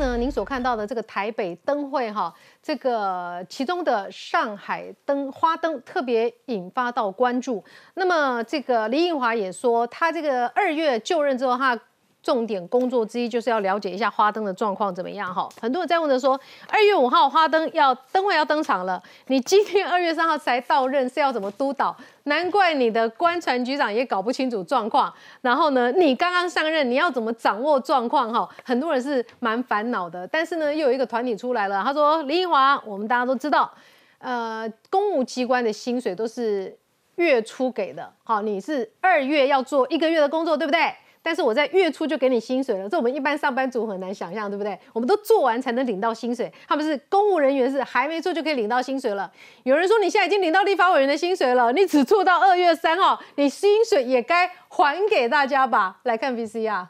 呢，您所看到的这个台北灯会哈，这个其中的上海花灯特别引发到关注。那么这个林奕华也说，他这个2月就任之后，他重点工作之一就是要了解一下花灯的状况怎么样哈。很多人在问的说，2月5号花灯灯会要登场了，你今天2月3号才到任，是要怎么督导？难怪你的官船局长也搞不清楚状况。然后呢，你刚刚上任，你要怎么掌握状况哈？很多人是蛮烦恼的。但是呢，又有一个团体出来了，他说林奕华，我们大家都知道，公务机关的薪水都是月初给的，好，你是2月要做1个月的工作，对不对？但是我在月初就给你薪水了，这我们一般上班族很难想象，对不对？我们都做完才能领到薪水，他们是公务人员是还没做就可以领到薪水了。有人说你现在已经领到立法委员的薪水了，你只做到2月3号，你薪水也该还给大家吧？来看 VCR。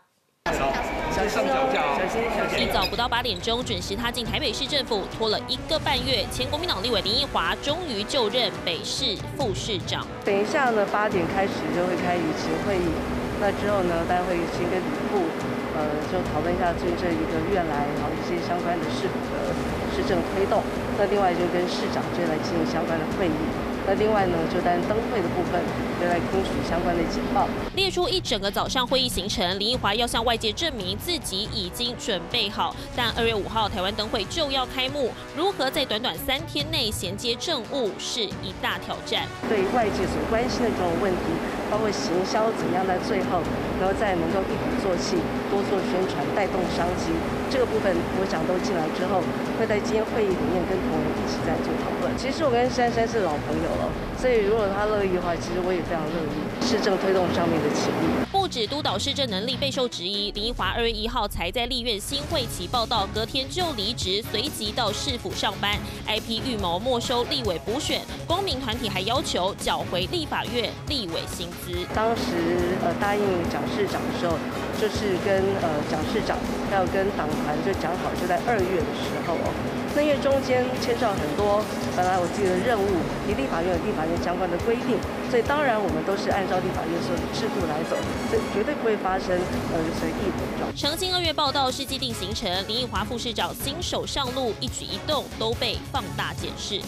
一早不到8点钟，准时踏进台北市政府，拖了1个半月，前国民党立委林奕华终于就任北市副市长。 等一下呢，8点开始就会开议情会议。那之后呢，大家会先跟礼部，就讨论一下最这1个月来一些相关的市府的施政推动。那另外就跟市长就来进行相关的会议。那另外呢，就当然灯会的部分，就来听取相关的简报。 列出一整个早上会议行程，林奕华要向外界证明自己已经准备好。但2月5号台湾灯会就要开幕，如何在短短3天内衔接政务，是一大挑战。 对外界所关心的这种问题，包括行销怎样在最后，然后再能够一鼓作气，多做宣传，带动商机。这个部分我想都进来之后，会在今天会议里面跟同仁一起在做讨论。其实我跟珊珊是老朋友了，所以如果他乐意的话，其实我也非常乐意市政推动上面的情谊。 不止督导市政能力备受质疑，林奕华2月1号才在立院新会期报到，隔天就离职，随即到市府上班。IP 预谋没收立委补选，公民团体还要求缴回立法院立委薪资。 当时答应蒋市长的时候，就是跟蒋市长还有跟党团就讲好，就在2月的时候哦。那因为中间牵涉很多本来我自己的任务，离立法院有立法院相关的规定，所以当然我们都是按照立法院所有的制度来走，所以绝对不会发生随意的状况。 澄清2月报道是既定行程，林奕华副市长新手上路，一举一动都被放大检视。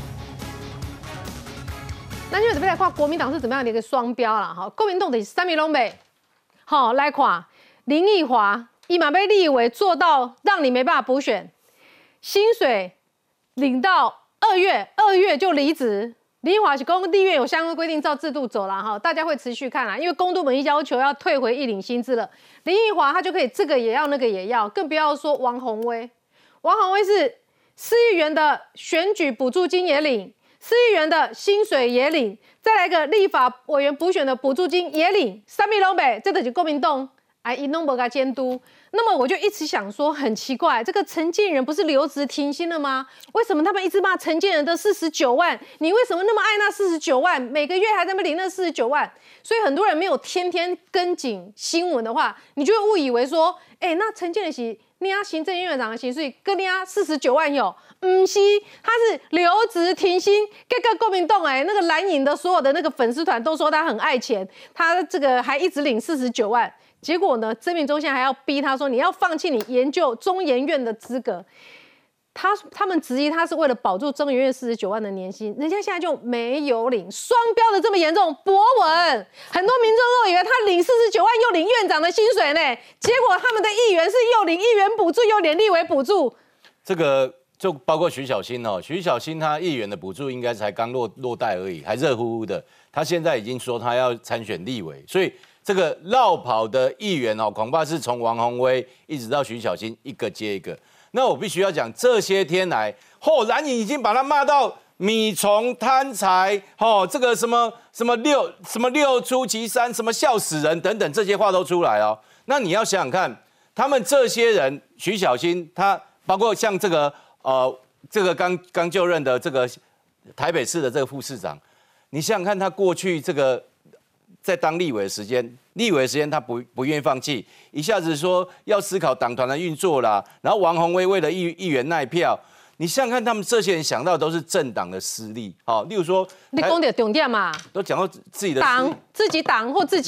那就准备来看国民党是怎么样的一个双标啦，哈，国民党的三民拢袂，好来看林奕华，伊嘛被立委做到让你没办法补选，薪水领到2月就离职。林奕华是公立院有相关规定，照制度走了哈，大家会持续看啦，因为公督们要求要退回一领薪资了，林奕华他就可以这个也要那个也要，更不要说王宏威，王宏威是市议员的选举补助金也领。市议员的薪水也领，再来个立法委员补选的补助金也领，三米拢北，这就是国民党哎，一弄不给监督。那么我就一直想说，很奇怪，这个陈建仁不是留职停薪了吗？为什么他们一直骂陈建仁的49万？你为什么那么爱那49万？每个月还在那领那49万？所以很多人没有天天跟紧新闻的话，你就会误以为说，那陈建仁是你行政院长的薪水跟你49万有。不是，他是留职停薪，各个国民党那个蓝营的所有的那个粉丝团都说他很爱钱，他这个还一直领49万，结果呢，曾明忠现在还要逼他说你要放弃你研究中研院的资格，他们质疑他是为了保住中研院49万的年薪，人家现在就没有领，双标的这么严重，博文很多民众都以为他领49万又领院长的薪水呢，结果他们的议员是又领议员补助又领立委补助， 这个。就包括徐小新哦，徐小新他议员的补助应该才刚落袋而已，还热乎乎的。他现在已经说他要参选立委，所以这个绕跑的议员哦，恐怕是从王宏威一直到徐小新一个接一个。那我必须要讲，这些天来，蓝营已经把他骂到米虫贪财，这个什么六出其三，什么笑死人等等这些话都出来哦。那你要想想看，他们这些人，徐小新他包括像这个。这个刚就任的这个台北市的这个副市长，你想想看，他过去这个在当立委的时间他不愿意放弃，一下子说要思考党团的运作啦，然后王宏威为了议员那一票，你想想看，他们这些人想到的都是政党的私利，例如说， 你讲到重点嘛， 都讲到自己的自己党或自己。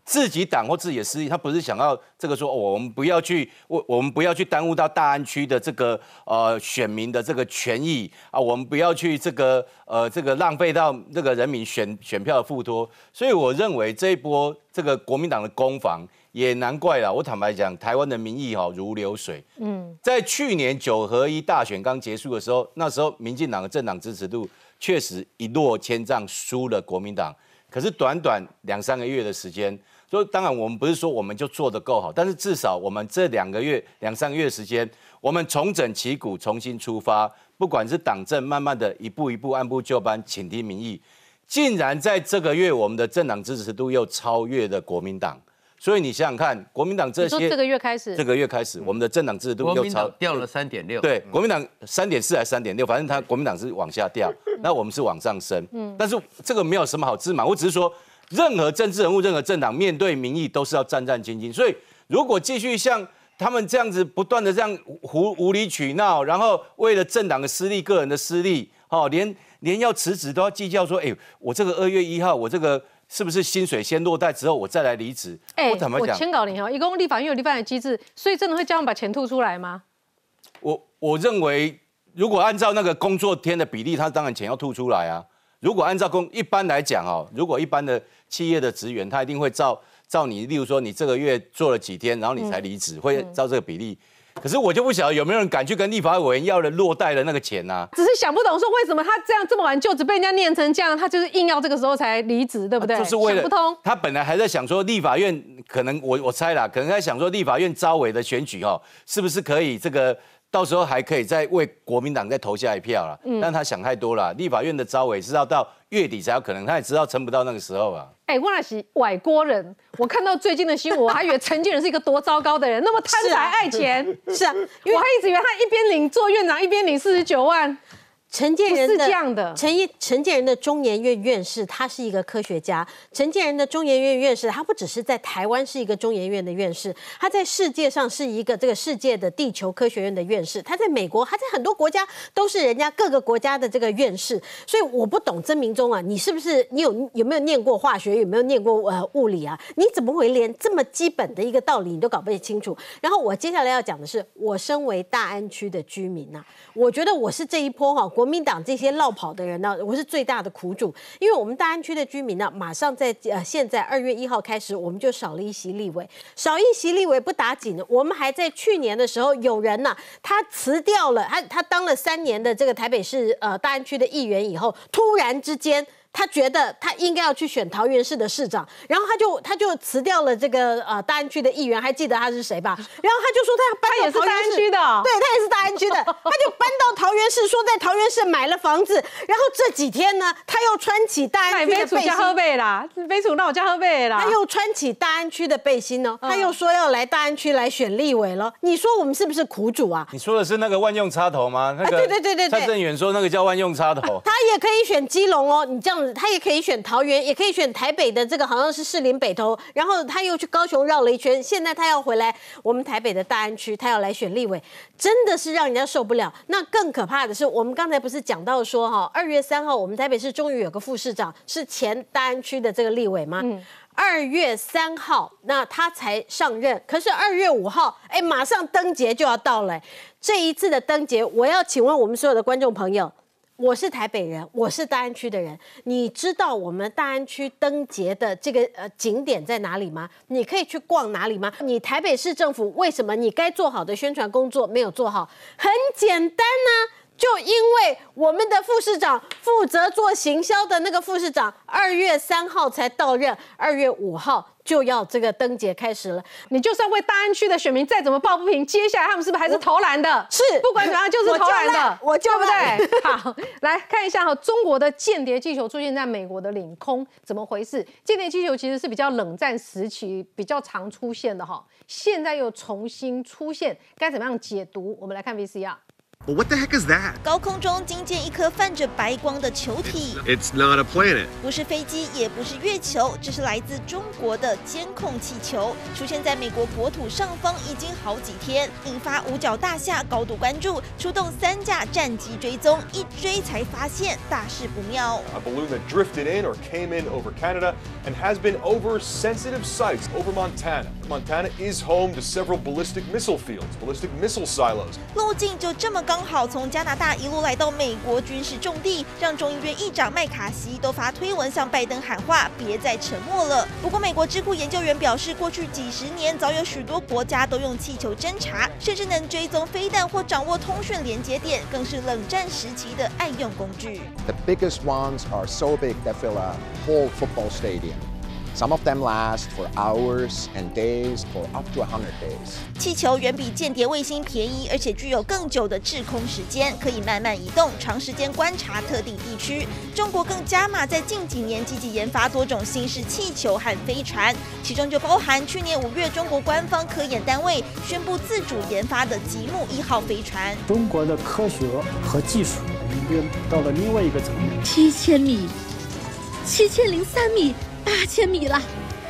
自己党或自己的势力，他不是想要这个说，我们不要去耽误到大安区的这个选民的这个权益啊，我们不要去这个浪费到这个人民选票的付托。所以我认为这一波这个国民党的攻防也难怪了。我坦白讲，台湾的民意如流水。在去年9合1大选刚结束的时候，那时候民进党的政党支持度确实一落千丈，输了国民党。可是短短2-3个月的时间。所以当然，我们不是说我们就做得够好，但是至少我们这2-3个月的时间，我们重整旗鼓，重新出发，不管是党政，慢慢的一步一步按部就班，倾听民意，竟然在这个月，我们的政党支持度又超越了国民党。所以你想想看，国民党这些这个月开始， 我们的政党支持度又掉了3.6，对， 国民党3.4还是3.6，反正国民党是往下掉，那我们是往上升。但是这个没有什么好自满，我只是说。任何政治人物、任何政党面对民意都是要战战兢兢，所以如果继续像他们这样子不断的这样无理取闹，然后为了政党的私利、个人的私利，连要辞职都要计较说，我这个2月1号，我这个是不是薪水先落袋之后我再来离职？我怎么讲？ 我签稿你一共立法院有立法院的机制，所以真的会叫他们把钱吐出来吗？ 我认为，如果按照那个工作天的比例，他当然钱要吐出来啊。如果按照一般来讲如果一般的企业的职员，他一定会照你，例如说你这个月做了几天，然后你才离职，会照这个比例。可是我就不晓得有没有人敢去跟立法委员要了落袋的那个钱啊？ 只是想不懂说为什么他这么晚就职被人家念成这样，他就是硬要这个时候才离职，对不对？ 就是为了想不通。 他本来还在想说立法院可能我猜啦，可能在想说立法院召委的选举是不是可以这个。到时候还可以再为国民党再投下一票啦，但他想太多了。立法院的召委是要到月底才有可能，他也知道撑不到那个时候啊。 我那是外国人，我看到最近的新闻，我还以为陈建仁是一个多糟糕的人，那么贪财爱钱， 是啊， 我还一直以为他一边领做院长，一边领49万。 陈建仁是这样的， 陈建仁的中研院院士，他是一个科学家。陈建仁的中研院院士，他不只是在台湾是一个中研院的院士，他在世界上是一个这个世界的地球科学院的院士。他在美国，他在很多国家都是人家各个国家的这个院士。所以我不懂曾明忠啊，你是不是你有没有念过化学，有没有念过物理啊？你怎么会连这么基本的一个道理你都搞不清楚？然后我接下来要讲的是，我身为大安区的居民啊，我觉得我是这一波国民党这些落跑的人呢，我是最大的苦主，因为我们大安区的居民呢，马上在现在2月1号开始，我们就少了1席立委，少1席立委不打紧，我们还在去年的时候，有人呢，他辞掉了，他当了3年的这个台北市大安区的议员以后，突然之间。他觉得他应该要去选桃园市的市长，然后他就辞掉了这个大安区的议员，还记得他是谁吧？然后他就说他要搬到桃园市， 他也是大安区的， 对他也是大安区的，他就搬到桃园市，说在桃园市买了房子，然后这几天呢，他又穿起大安区的背心，他又穿起大安区的背心呢，他又说要来大安区来选立委了。你说我们是不是苦主啊？ 你说的是那个万用插头吗？那个对， 蔡正元说那个叫万用插头， 他也可以选基隆哦，你这样子，他也可以选桃园，也可以选台北的这个好像是士林北投，然后他又去高雄绕了一圈，现在他要回来我们台北的大安区，他要来选立委，真的是让人家受不了。那更可怕的是，我们刚才不是讲到说2月3号我们台北市终于有个副市长是前大安区的这个立委吗？2月3号，那他才上任，可是2月5号，马上灯节就要到了。这一次的灯节，我要请问我们所有的观众朋友。我是台北人，我是大安区的人，你知道我们大安区灯节的这个景点在哪里吗？你可以去逛哪里吗？你台北市政府为什么你该做好的宣传工作没有做好？很简单呢。就因为我们的副市长负责做行销的那个副市长，2月3号才到任，2月5号就要这个灯节开始了。 你就算为大安区的选民再怎么抱不平，接下来他们是不是还是投蓝的？ 是， 不管怎么样就是投蓝的，对不对？好，来看一下中国的间谍气球出现在美国的领空，怎么回事？间谍气球其实是比较冷战时期比较常出现的现在又重新出现，该怎么样解读？我们来看 VCR。 Well, what the heck is that? 高空中惊见一颗泛着白光的球体， It's not a planet. 不是飞机，也不是月球，这是来自中国的监控气球，出现在美国国土上方已经好几天，引发五角大厦高度关注，出动3架战机追踪，一追才发现大事不妙。 A balloon that drifted in or came in over Canada and has been over sensitive sites over Montana. Montana is home to several ballistic missile fields, ballistic missile silos. 路径就这么刚好从加拿大一路来到美国军事重地，让众议院议长麦卡锡都发推文向拜登喊话，别再沉默了。不过，美国智库研究员表示，过去几十年早有许多国家都用气球侦察，甚至能追踪飞弹或掌握通讯连接点，更是冷战时期的爱用工具。 The biggest ones are so big they fill a whole football stadium. Some of them last for hours and days, for up to 100 days. 气球远比间谍卫星便宜，而且具有更久的滞空时间，可以慢慢移动，长时间观察特定地区。中国更加码在近几年积极研发多种新式气球和飞船，其中就包含去年5月中国官方科研单位宣布自主研发的吉木1号飞船。 中国的科学和技术已经到了另外一个层面。 7000米、7003米。8000米了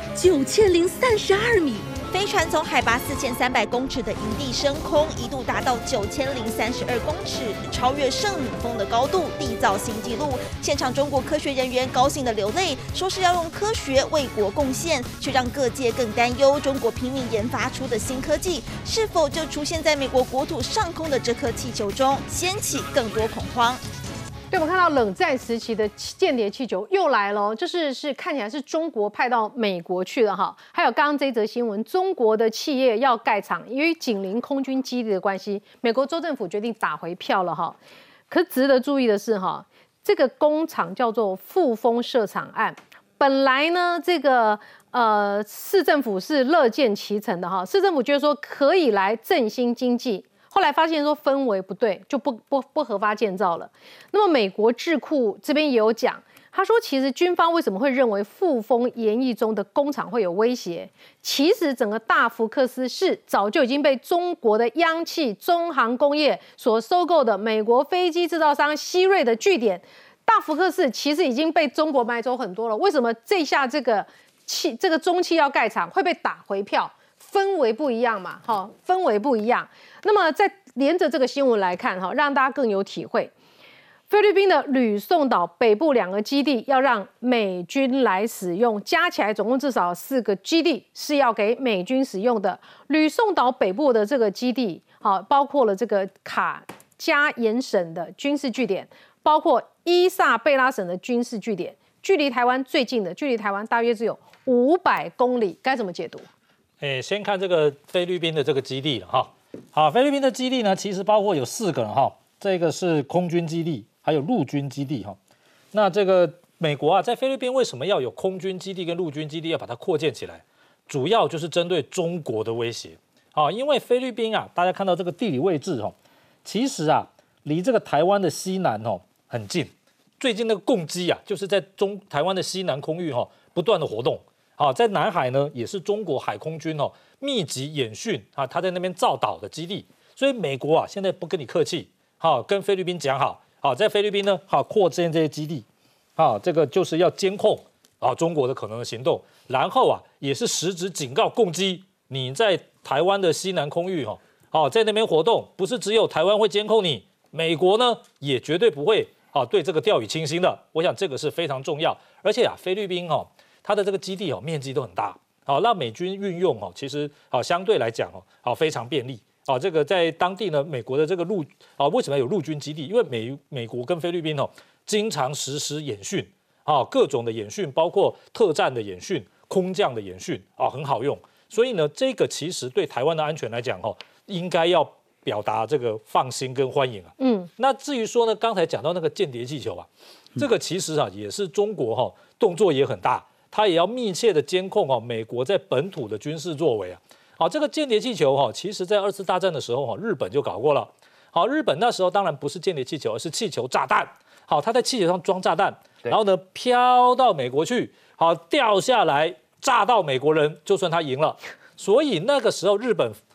，9032米。 飞船从海拔4300公尺的营地升空，一度达到9032公尺，超越圣女峰的高度，缔造新纪录。现场中国科学人员高兴地流泪，说是要用科学为国贡献，却让各界更担忧中国拼命研发出的新科技是否就出现在美国国土上空的这颗气球中，掀起更多恐慌。 对，我们看到冷战时期的间谍气球又来了，就是看起来是中国派到美国去了哈。还有刚刚这则新闻，中国的企业要盖厂，因为紧邻空军基地的关系，美国州政府决定打回票了哈。可值得注意的是哈，这个工厂叫做富丰设厂案，本来呢这个市政府是乐见其成的哈，市政府觉得说可以来振兴经济。后来发现说氛围不对，就不核发建造了。那么美国智库这边也有讲，他说其实军方为什么会认为富丰研议中的工厂会有威胁？其实整个大福克斯是早就已经被中国的央企中航工业所收购的美国飞机制造商希瑞的据点。大福克斯其实已经被中国买走很多了，为什么这下这个中企要盖厂会被打回票？氛围不一样嘛，哈，氛围不一样。那么再连着这个新闻来看，哈，让大家更有体会。菲律宾的吕宋岛北部2个基地要让美军来使用，加起来总共至少4个基地是要给美军使用的。吕宋岛北部的这个基地，好，包括了这个卡加延省的军事据点，包括伊萨贝拉省的军事据点，距离台湾最近的，距离台湾大约只有500公里，该怎么解读？ 先看这个菲律宾的这个基地了哈。好，菲律宾的基地呢，其实包括有4个哈，这个是空军基地，还有陆军基地哈。那这个美国啊，在菲律宾为什么要有空军基地跟陆军基地，要把它扩建起来？主要就是针对中国的威胁。好，因为菲律宾啊，大家看到这个地理位置哈，其实啊，离这个台湾的西南哦很近。最近那个共机啊，就是在台湾的西南空域哈，不断的活动。好，在南海呢，也是中国海空军密集演训啊，他在那边造岛的基地，所以美国啊现在不跟你客气，好，跟菲律宾讲好，在菲律宾呢，好扩建这些基地，好，这个就是要监控啊中国的可能的行动，然后啊也是实质警告共机，你在台湾的西南空域好在那边活动，不是只有台湾会监控你，美国呢也绝对不会对这个掉以轻心的，我想这个是非常重要，而且啊菲律宾它的这个基地面积都很大，好，让美军运用其实相对来讲非常便利，这个在当地呢，美国的这个为什么有陆军基地？因为美国跟菲律宾经常实施演训，各种的演训，包括特战的演训、空降的演训很好用，所以呢，这个其实对台湾的安全来讲应该要表达这个放心跟欢迎啊。那至于说呢，刚才讲到那个间谍气球啊，这个其实也是中国动作也很大。他也要密切的监控美国在本土的军事作为啊。好，这个间谍气球其实在2次大战的时候日本就搞过了。好，日本那时候当然不是间谍气球，而是气球炸弹。好，他在气球上装炸弹，然后呢飘到美国去，好掉下来炸到美国人，就算他赢了。所以那个时候日本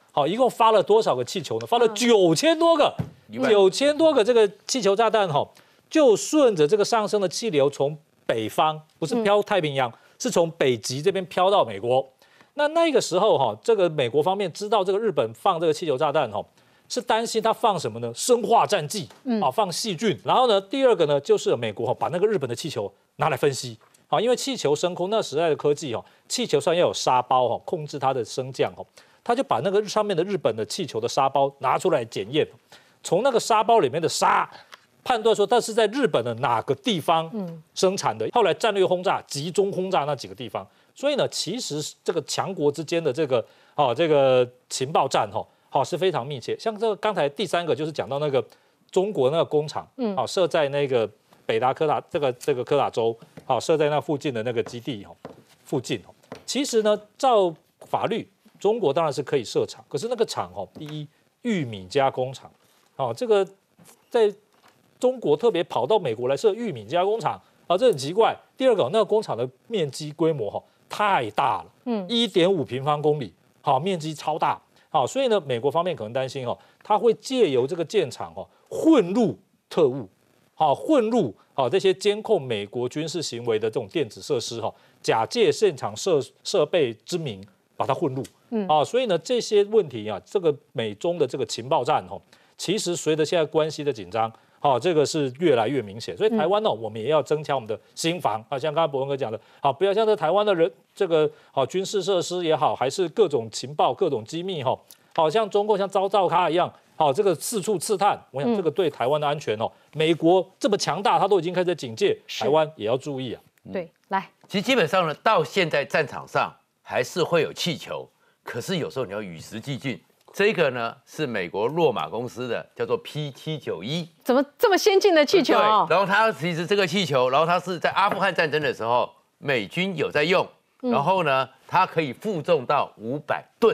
好，一共发了多少个气球呢？发了9000多个，9000多个这个气球炸弹哈，就顺着这个上升的气流从北方，不是飘太平洋，是从北极这边飘到美国。那个时候哈，这个美国方面知道这个日本放这个气球炸弹哈。是担心他放什么呢？生化战剂，放细菌。然后呢，第二个呢，就是美国把那个日本的气球拿来分析，因为气球升空那时代的科技气球上要有沙包控制它的升降他就把那个上面的日本的气球的沙包拿出来检验，从那个沙包里面的沙判断说它是在日本的哪个地方生产的。后来战略轰炸集中轰炸那几个地方，所以呢，其实这个强国之间的这个情报战是非常密切。像这个刚才第3个就是讲到那个中国那个工厂，设在那个北达科达这个科达州，设在那附近的那个基地附近其实呢，照法律，中国当然是可以设厂，可是那个厂第一玉米加工厂，这个在中国特别跑到美国来设玉米加工厂这很奇怪。第二个，那个工厂的面积规模太大了，1.5平方公里，面积超大。所以呢，美国方面可能担心他会借由这个建厂混入特务，混入这些监控美国军事行为的这种电子设施假借现场设备之名把它混入，所以呢，这些问题这个美中的这个情报战其实随着现在关系的紧张，这个是越来越明显。所以台湾我们也要增强我们的心防像刚才伯文哥讲的不要像这台湾的人这个军事设施也好，还是各种情报、各种机密好像中共像招照咖一样这个四处刺探，我想这个对台湾的安全美国这么强大，他都已经开始警戒，台湾也要注意啊。 对，来， 其实基本上呢，到现在战场上还是会有气球，可是有时候你要与时俱进。这个呢是美国洛马公司的，叫做 P791， 怎么这么先进的气球？ 对，然后它其实这个气球，然后它是在阿富汗战争的时候，美军有在用，然后呢，它可以负重到500吨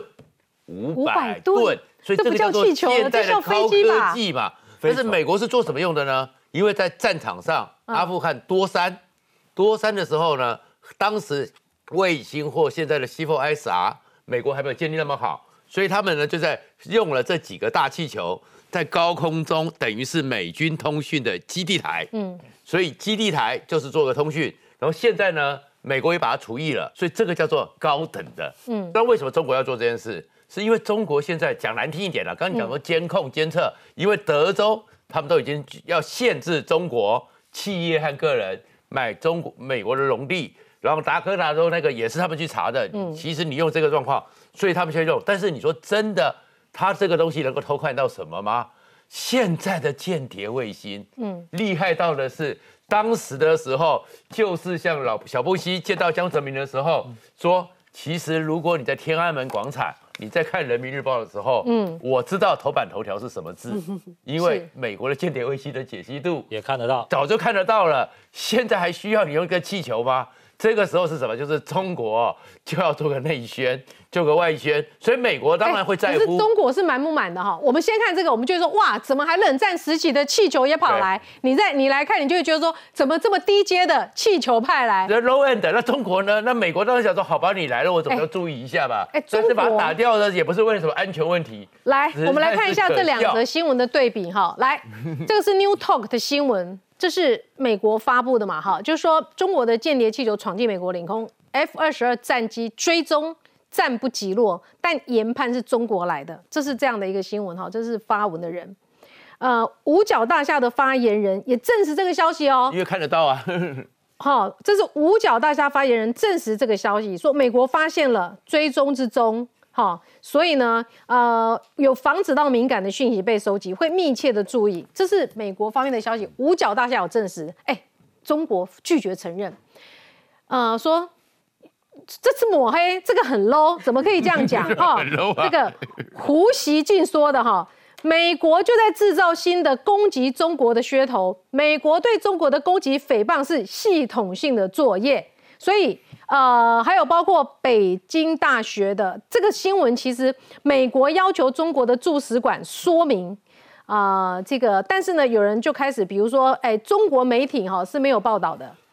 ，500吨，所以这个叫做现在的高科技嘛。但是美国是做什么用的呢？因为在战场上，阿富汗多山的时候呢，当时卫星或现在的 C4ISR， 美国还没有建立那么好。所以他们呢就在用了这几个大气球，在高空中等于是美军通讯的基地台，所以基地台就是做个通讯，然后现在呢美国也把它除役了，所以这个叫做高等的，那为什么中国要做这件事？是因为中国现在讲难听一点了，刚刚讲说监控监测，因为德州他们都已经要限制中国企业和个人买美国的农地。然后达科达州那个也是他们去查的，其实你用这个状况，所以他们先用。但是你说真的，它这个东西能够偷看到什么吗？现在的间谍卫星，厉害到的是，当时的时候就是像小布希见到江泽民的时候说，其实如果你在天安门广场，你在看人民日报的时候，我知道头版头条是什么字，因为美国的间谍卫星的解析度也看得到， 早就看得到了。现在还需要你用一个气球吗？这个时候是什么？就是中国就要做个内宣，做个外宣，所以美国当然会在乎。 可是中国是满不满的哈？我们先看这个，我们就会说哇，怎么还冷战时期的气球也跑来？你来看，你就会觉得说，怎么这么低阶的气球派来？ 那 low end， 那中国呢？那美国当然想说，好吧，你来了，我总要注意一下吧。但是把它打掉呢，也不是为了什么安全问题。 来，我们来看一下这2则新闻的对比哈。来，这个是 New Talk 的新闻。这是美国发布的嘛？哈，就是说中国的间谍气球闯进美国领空 ，F-22战机追踪暂不击落，但研判是中国来的，这是这样的一个新闻哈。这是发文的人，五角大厦的发言人也证实这个消息哦， 因为看得到啊。 好，这是五角大厦发言人证实这个消息，说美国发现了追踪之中。好，所以呢，有防止到敏感的讯息被收集，会密切的注意。这是美国方面的消息，五角大厦有证实。中国拒绝承认，说这是抹黑，这个很 low， 怎么可以这样讲？哈，这个胡锡进说的哈，美国就在制造新的攻击中国的噱头，美国对中国的攻击诽谤是系统性的作业，所以。还有包括北京大学的这个新闻，其实美国要求中国的驻使馆说明这个，但是呢，有人就开始，比如说，中国媒体是没有报道的，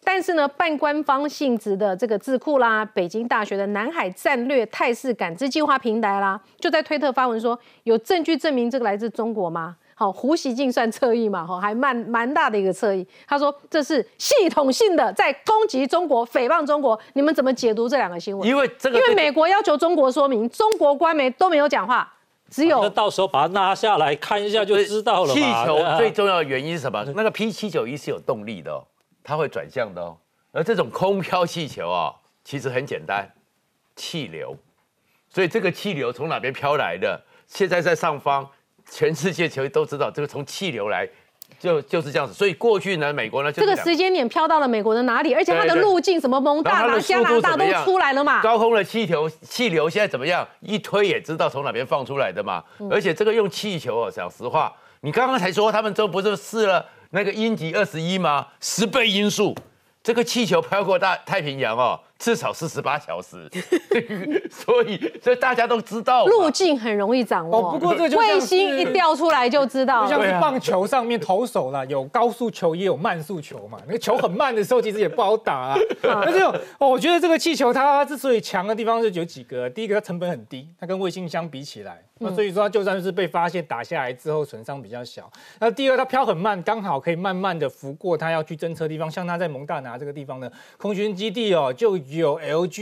但是呢，半官方性质的这个智库啦，北京大学的南海战略态势感知计划平台啦，就在推特发文说，有证据证明这个来自中国吗？好，胡锡进算侧翼嘛，还蛮大的一个侧翼。他说这是系统性的在攻击中国、诽谤中国，你们怎么解读这2个新闻？ 因为美国要求中国说明，中国官媒都没有讲话。只有到时候把它拉下来看一下就知道了嘛。 气球最重要的原因是什么？那个 P791是有动力的哦，它会转向的哦。而这种空飘气球啊，其实很简单，气流。所以这个气流从哪边飘来的？现在在上方，全世界其实都知道，这个从气流来。就是这样子，所以过去呢，美国呢， 这个时间点飘到了美国的哪里？而且它的路径，什么蒙大拿、加拿大都出来了嘛。 高空的气流现在怎么样？一推也知道从哪边放出来的嘛。而且这个用气球哦，讲实话，你刚刚才说他们不是试了那个阴极21吗？10倍音速，这个气球飘过太平洋哦，至少是18小时，所以大家都知道路径很容易掌握。 不过这就卫星一调出来就知道， 就像是棒球上面投手啦，有高速球也有慢速球嘛。那个球很慢的时候，其实也不好打啊。但是我觉得这个气球它之所以强的地方是有几个，第一个它成本很低，它跟卫星相比起来，那所以说它就算是被发现打下来之后损伤比较小。那第二，它飘很慢，刚好可以慢慢的拂过它要去侦测的地方，像它在蒙大拿这个地方呢，空军基地哦就有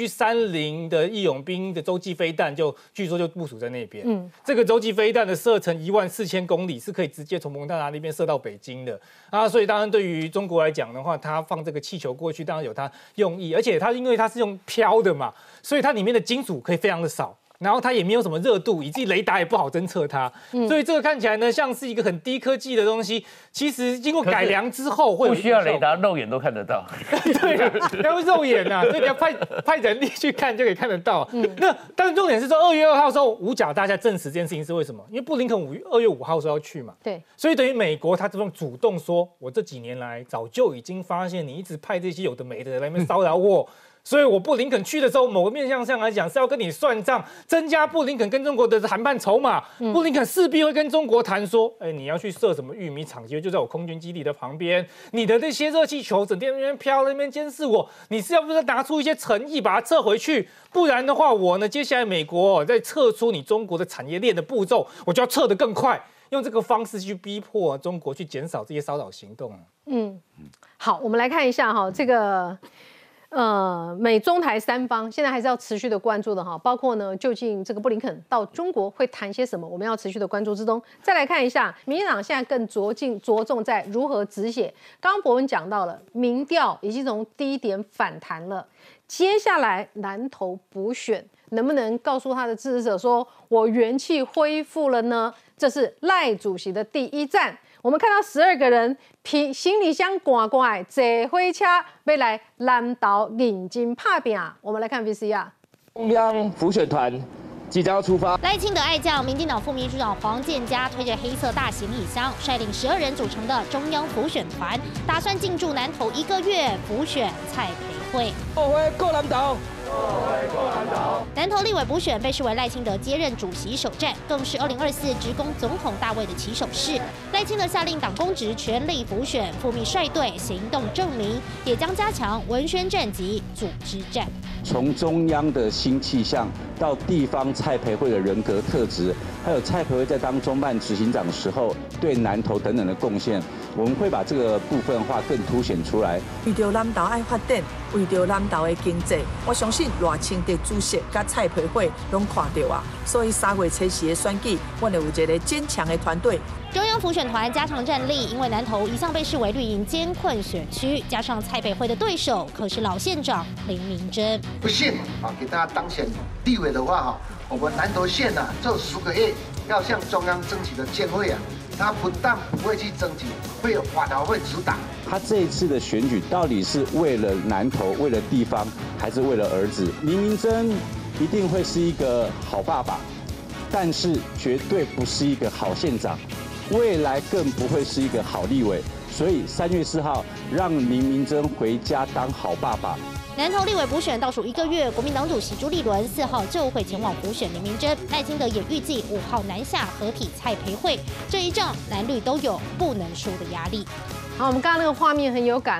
LG-30的义勇兵的洲际飞弹，据说就部署在那边。这个洲际飞弹的射程14000公里，是可以直接从蒙大拿那边射到北京的啊。所以当然对于中国来讲的话，它放这个气球过去，当然有它用意，而且它因为它是用飘的嘛，所以它里面的金属可以非常的少。然后它也没有什么热度，以及雷达也不好侦测它，所以这个看起来呢像是一个很低科技的东西。其实经过改良之后，会不需要雷达，肉眼都看得到。 对啊，要肉眼啊，所以你要派人力去看就可以看得到。那但是重点是说2月2号的时候，五角大厦证实这件事情是为什么？因为布林肯2月5号说要去嘛， 对， 所以等于美国他这种主动说，我这几年来早就已经发现你一直派这些有的没的来那边骚扰我。所以我布林肯去的时候，某个面向上来讲是要跟你算账，增加布林肯跟中国的谈判筹码。布林肯势必会跟中国谈说，你要去设什么玉米厂，其实就在我空军基地的旁边。你的那些热气球整天那边飘，那边监视我，你是要不是拿出一些诚意把它撤回去？不然的话，我呢接下来美国在撤出你中国的产业链的步骤，我就要撤得更快。用这个方式去逼迫中国去减少这些骚扰行动。 好，我们来看一下哈，这个。美中台三方现在还是要持续的关注的哈，包括呢，究竟这个布林肯到中国会谈些什么，我们要持续的关注之中。再来看一下，民进党现在更着重在如何止血。刚刚博文讲到了，民调已经从低点反弹了，接下来南投补选能不能告诉他的支持者说，我元气恢复了呢？这是赖主席的第一站。我们看到12个人行李箱赶快坐火车要来南投认真打拼。我们来看 VCR。 中央辅选团即将要出发。 赖清德爱将民进党副秘书长黄健嘉推着黑色大行李箱，率领12人组成的中央辅选团，打算进驻南投1个月辅选蔡培慧。 后悔过南投。 南投立委补选被视为赖清德接任主席首战，更是2024直攻总统大位的起手式。赖清德下令党公职全力补选，副秘率队行动证明，也将加强文宣战及组织战。 从中央的新气象到地方蔡培慧的人格特质，还有蔡培慧在当中办执行长的时候对南投等等的贡献，我们会把这个部分的话更凸显出来。 为着南投爱发展，为着南投的经济，我相信赖清德主席甲蔡培慧拢看到啊，所以3月7日的选举，我们有一个坚强的团队。 中央辅选团加强战力，因为南投一向被视为绿营艰困选区，加上蔡培慧的对手可是老县长林明珍。 不信啊，给大家当选立委的话哈，我们南投县啊，这10个月要向中央争取的经费啊，他不但不会去争取，会有法条会阻挡。 他这一次的选举到底是为了南投、为了地方，还是为了儿子？林明珍一定会是一个好爸爸，但是绝对不是一个好县长。未来更不会是一个好立委，所以3月4号让林明珍回家当好爸爸。 南投立委补选倒数1个月，国民党主席朱立伦4号就会前往补选林明珍，赖清德也预计5号南下合体蔡培慧，这一仗蓝绿都有不能输的压力。 好，我们刚刚那个画面很有感哈，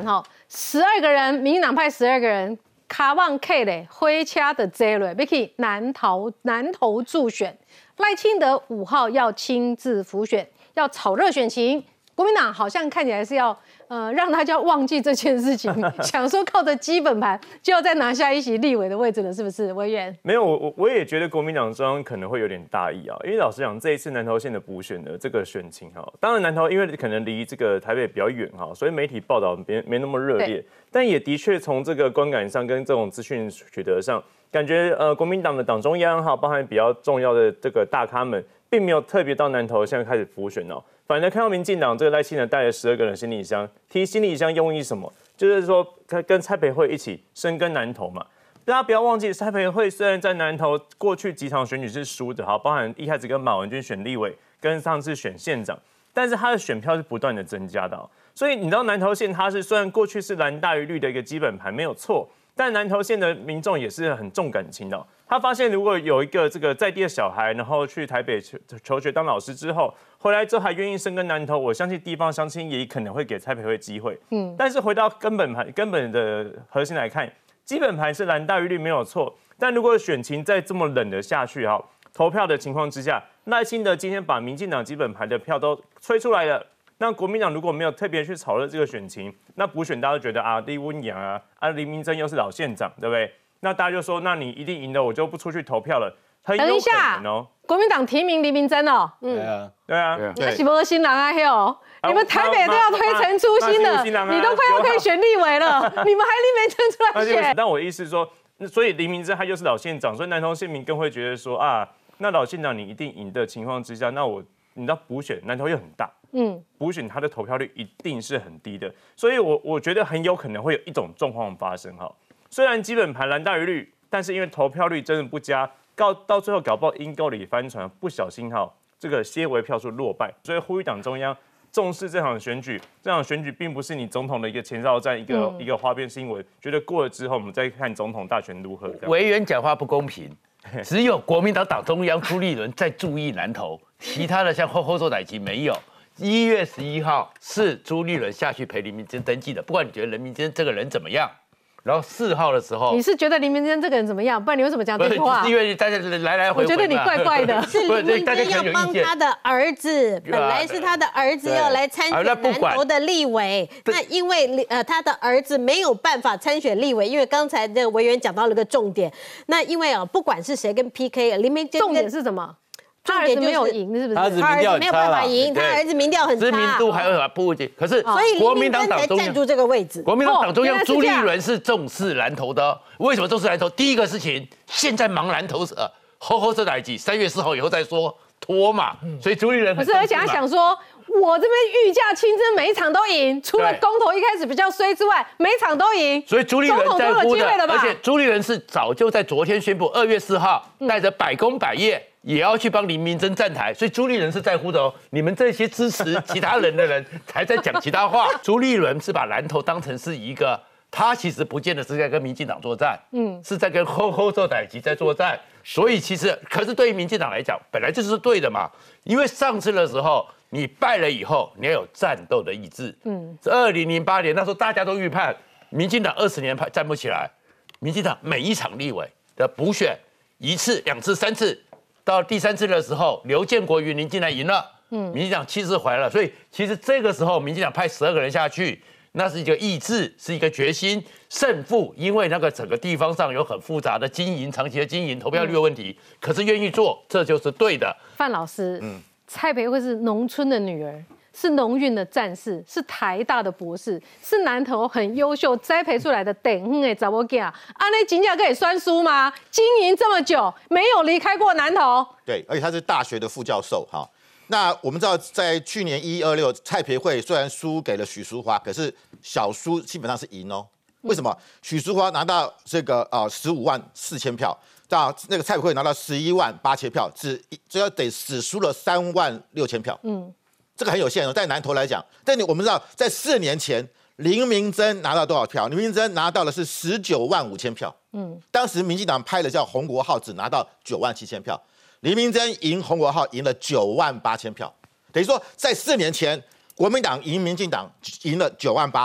12个人，民进党派12个人，卡旺 K 嘞，灰掐的 Z 了，要去南投助选。赖清德5号要亲自辅选，要炒热选情。国民党好像看起来是要让大家忘记这件事情，想说靠着基本盘就要再拿下一席立委的位置了，是不是？委员没有，我也觉得国民党中央可能会有点大意啊，因为老实讲，这一次南投县的补选的这个选情哈，当然南投因为可能离这个台北比较远哈，所以媒体报道没那么热烈，但也的确从这个观感上跟这种资讯取得上，感觉国民党的党中央哈，包含比较重要的这个大咖们，并没有特别到南投现在开始补选哦。反而看到民进党这个赖清德带了12个人行李箱，提行李箱用意什么？就是说他跟蔡培慧一起深耕南投嘛。大家不要忘记，蔡培慧虽然在南投过去几场选举是输的，包含一开始跟马文君选立委，跟上次选县长，但是他的选票是不断的增加的。所以你知道南投县它是虽然过去是蓝大于绿的一个基本盘没有错，但南投县的民众也是很重感情的。他发现如果有一个这个在地的小孩，然后去台北求学当老师之后，回来之后还愿意深耕南投，我相信地方乡亲也可能会给蔡培慧机会。但是回到根本的核心来看，基本盘是蓝大于绿没有错，但如果选情再这么冷的下去哈，投票的情况之下，赖清德今天把民进党基本盘的票都吹出来了。那国民党如果没有特别去炒热这个选情，那补选大家都觉得啊，李文洋啊，林明珍又是老县长，对不对？那大家就说，那你一定赢了，我就不出去投票了。很有可能哦。等一下， 国民党提名林明珍哦。 对啊。 那是不新郎啊嘿哦，你们台北都要推陈出新了，你都快要可以选立委了，你们还林明珍出来选？ 但我的意思是说，所以林明珍他又是老县长，所以南投县民更会觉得说啊，那老县长你一定赢的情况之下，那你知道补选南投又很大。补选他的投票率一定是很低的，所以我觉得很有可能会有一种状况发生哈。虽然基本盘蓝大于绿，但是因为投票率真的不佳，到最后搞不好阴沟里翻船，不小心这个些微票数落败，所以呼吁党中央重视这场选举。这场选举并不是你总统的一个前哨战，一个花边新闻。觉得过了之后，我们再看总统大选如何。 委员讲话不公平，只有国民党党中央朱立伦在注意南投，其他的像后座代级没有。1月11号是朱立伦下去陪林明珍登记的，不管你觉得林明珍这个人怎么样。然后4号的时候， 你是觉得林明珍这个人怎么样？不然你为什么讲这句话？ 因为大家来回， 我觉得你怪怪的。 是林明珍要帮他的儿子，本来是他的儿子要来参选南投的立委，那因为他的儿子没有办法参选立委，因为刚才这个委员讲到了个重点，那因为不管是谁跟 PK， 林明珍重点是什么？他儿子没有赢，是不是？ 他儿子民调没有办法赢，他儿子民调很差， 知名度还有不稳。可是所以国民党党中央站住这个位置， 国民党党中央朱立伦是重视南投的。为什么重视南投？第一个事情，现在忙南投后这代志，3月4号以后再说，拖嘛。所以朱立伦不是，而且他想说，我这边御驾亲征，每一场都赢，除了公投一开始比较衰之外，每一场都赢。 所以朱立伦在乎的，而且朱立伦是早就在昨天宣布，2月4号带着百工百业。也要去帮林明珍站台，所以朱立伦是在乎的哦。你们这些支持其他人的人还在讲其他话。朱立伦是把南投当成是一个，他其实不见得是在跟民进党作战，是在跟后座代级在作战。所以其实，可是对于民进党来讲，本来就是对的嘛。因为上次的时候你败了以后，你要有战斗的意志。2008年那时候大家都预判民进党20年站不起来，民进党每一场立委的补选1次、2次、3次。到第3次的时候，刘建国云林竟然赢了，民进党气势回来了。所以其实这个时候，民进党派12个人下去，那是一个意志，是一个决心。胜负，因为那个整个地方上有很复杂的经营、长期的经营、投票率的问题，可是愿意做，这就是对的。 范老师，蔡培慧是农村的女儿。是农运的战士，是台大的博士，是南投很优秀栽培出来的等哼的查某囝，安尼真正可以算输吗？经营这么久，没有离开过南投。 对，而且他是大学的副教授哈。那我们知道，在去年1126，蔡培慧虽然输给了许淑华，可是小输基本上是赢哦。为什么？许淑华拿到这个15万4千票，到那个蔡培慧拿到11万8千票，只输了3万6千票。这个很有限哦，在南投来讲，但我们知道，在4年前，林明珍拿到多少票？林明珍拿到的是19万5千票。当时民进党派的叫洪国浩，只拿到9万7千票，林明珍赢洪国浩赢了9万8千票，等于说在4年前，国民党赢民进党赢了9万8，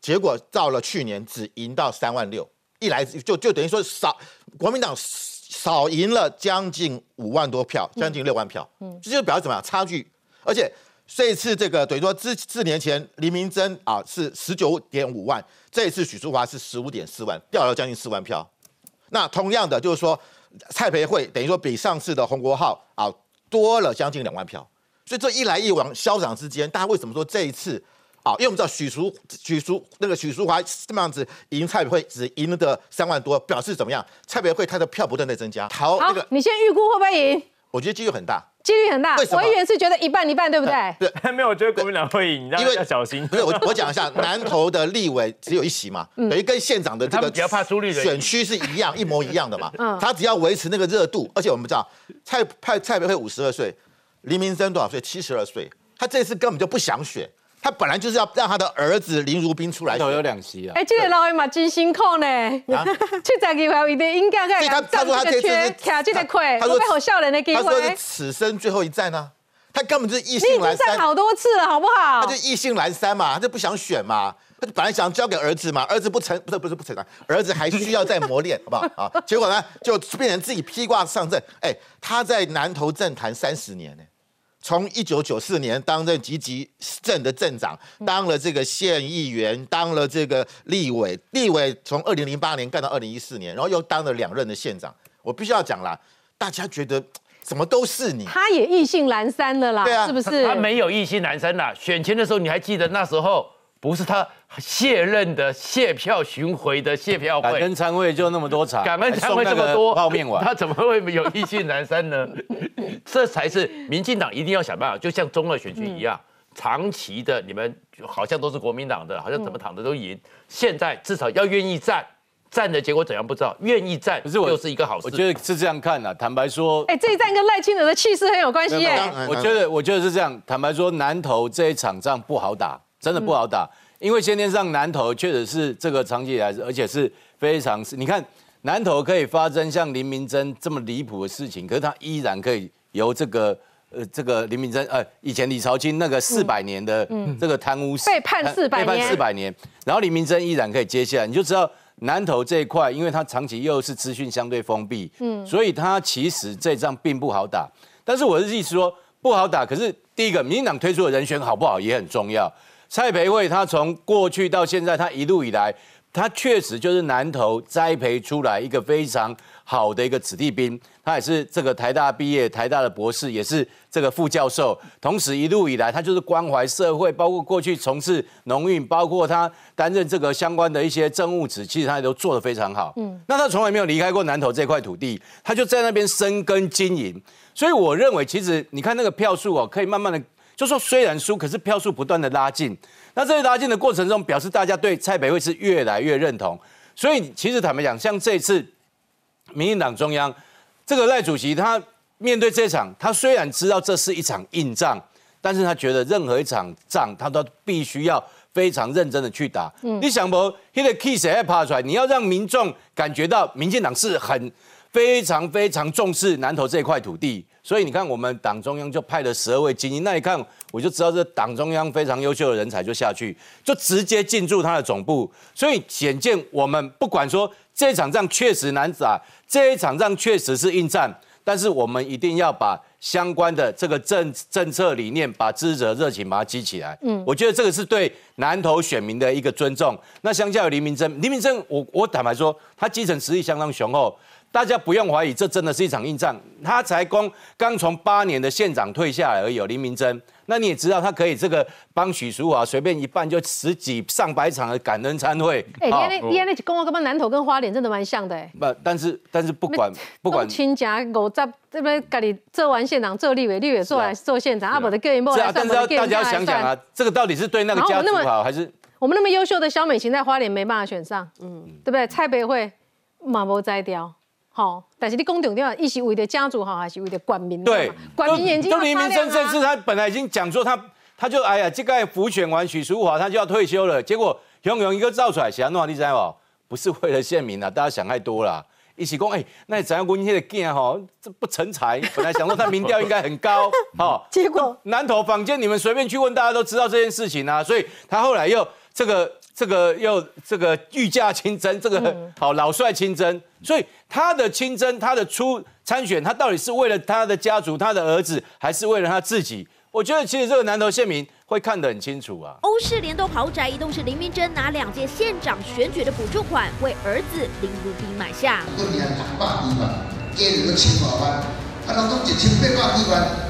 结果到了去年只赢到36000，一来就等于说国民党少赢了将近5万多票，将近6万票，这就表示怎么样差距，而且。这一次这个等于说4年前林明珍啊是19.5万，这一次许淑华是15.4万，掉了将近4万票。那同样的就是说蔡培慧等于说比上次的洪国浩啊多了将近2万票，所以这一来一往消长之间，大家为什么说这一次啊？因为我们知道许淑华这么样子赢蔡培慧只赢了3万多，表示怎么样？蔡培慧她的票不断在增加。好， 你先预估会不会赢？ 我觉得几率很大。 几率很大，我以为是觉得一半一半，对不对？ 对，没有，我觉得国民党会赢，因为要小心。 不是我讲一下，南投的立委只有1席嘛，等于跟县长的这个比较怕输率的选区是一模一样的嘛。他只要维持那个热度，而且我们知道蔡培慧52岁，林明珍多少岁？72岁，他这次根本就不想选。他本来就是要让他的儿子林如宾出来， 有2席啊。 这个老爷嘛真辛苦呢，72岁一定应该在他说他这次是卡这个亏，我被好笑人的机会。 他说是此生最后一战啊，他根本就是意兴阑珊。 你已经站好多次了，好不好？ 他就意兴阑珊嘛，他就不想选嘛，他本来想交给儿子嘛，儿子不成啊，儿子还需要再磨练，好不好啊？结果呢，就变成自己披挂上阵。他在南投政坛30年呢。从1994年当任集集镇的镇长，当了这个县议员，当了这个立委从2008年干到2014年，然后又当了2任的县长。我必须要讲啦，大家觉得怎么都是你， 他也意兴阑珊了啦， 对啊， 是不是？ 他没有意兴阑珊啦。选前的时候，你还记得那时候不是他卸任的卸票巡回的卸票会， 感恩餐会就那么多场， 感恩餐会这么多泡面碗， 他怎么会有意兴阑珊呢？这才是民进党一定要想办法，就像中二选区一样，长期的你们好像都是国民党的，好像怎么躺着都赢。现在至少要愿意战的结果怎样不知道，愿意战就是一个好事。 我觉得是这样看的，坦白说， 这一战跟赖清德的气势很有关系耶。 我觉得是这样，坦白说，南投这一场仗不好打，真的不好打，因为先天上南投确实是这个长期以来，而且是非常你看南投可以发生像林明珍这么离谱的事情，可是他依然可以由这个林明珍以前李朝清那个400年的这个贪污被判400 年，然后林明珍依然可以接下来，你就知道南投这一块，因为它长期又是资讯相对封闭，所以它其实这仗并不好打。但是我的意思说不好打，可是第一个民进党推出的人选好不好也很重要。蔡培慧他从过去到现在，他一路以来，他确实就是南投栽培出来一个非常好的一个子弟兵，他也是这个台大毕业，台大的博士，也是这个副教授。同时一路以来，他就是关怀社会，包括过去从事农运，包括他担任这个相关的一些政务职，其实他也都做得非常好。那他从来没有离开过南投这块土地，他就在那边深耕经营。所以我认为，其实你看那个票数可以慢慢的。就说虽然输，可是票数不断的拉近。那这拉近的过程中，表示大家对蔡培慧是越来越认同。所以其实坦白讲，像这次民进党中央这个赖主席，他面对这场，他虽然知道这是一场硬仗，但是他觉得任何一场仗，他都必须要非常认真的去打。你想不，那个 key 谁爬出来？你要让民众感觉到民进党是非常非常重视南投这块土地。所以你看，我们党中央就派了12位精英，那一看我就知道这党中央非常优秀的人才就下去，就直接进驻他的总部。所以显见我们不管说这场仗确实难打，这一场仗确实是硬战，但是我们一定要把相关的这个政策理念，把支持者热情把它激起来。我觉得这个是对南投选民的一个尊重。那相较于林明珍，我坦白说，他基层实力相当雄厚。大家不用怀疑，这真的是一场硬仗。他才刚从8年的县长退下来而已。林明珍，那你也知道，他可以这个帮许淑华随便一办就10几上百场的感恩餐会。 你那跟我跟南投跟花莲真的蛮像的但是不管亲家50这边家里做完县长做立委做完做县长，不的个人不来算， 但是大家要想想啊，这个到底是对那个家族好还是我们那么优秀的萧美琴在花莲没办法选上，对不对？蔡培慧嘛无摘掉。好，但是你公重点，一是为了家族好，还是为了管民？ 对， 管民眼睛要擦亮啊。 林明珍这次他本来已经讲说他就这个辅选完许淑华他就要退休了，结果永一个造出来，是安怎你知道不是为了县民啊，大家想太多了。一起讲那怎样？我那个囝这不成才，本来想说他民调应该很高， 结果南投坊间你们随便去问，大家都知道这件事情啊，所以他后来又这个又这个御驾亲征，这个好老帅亲征，所以他的亲征，他的参选，他到底是为了他的家族、他的儿子，还是为了他自己？我觉得其实这个南投县民会看得很清楚啊。 欧式联动豪宅，移动是林明珍拿2届县长选举的补助款为儿子林如彬买下。 1年600几万，加入个1000多万，啊，拢讲1800几万。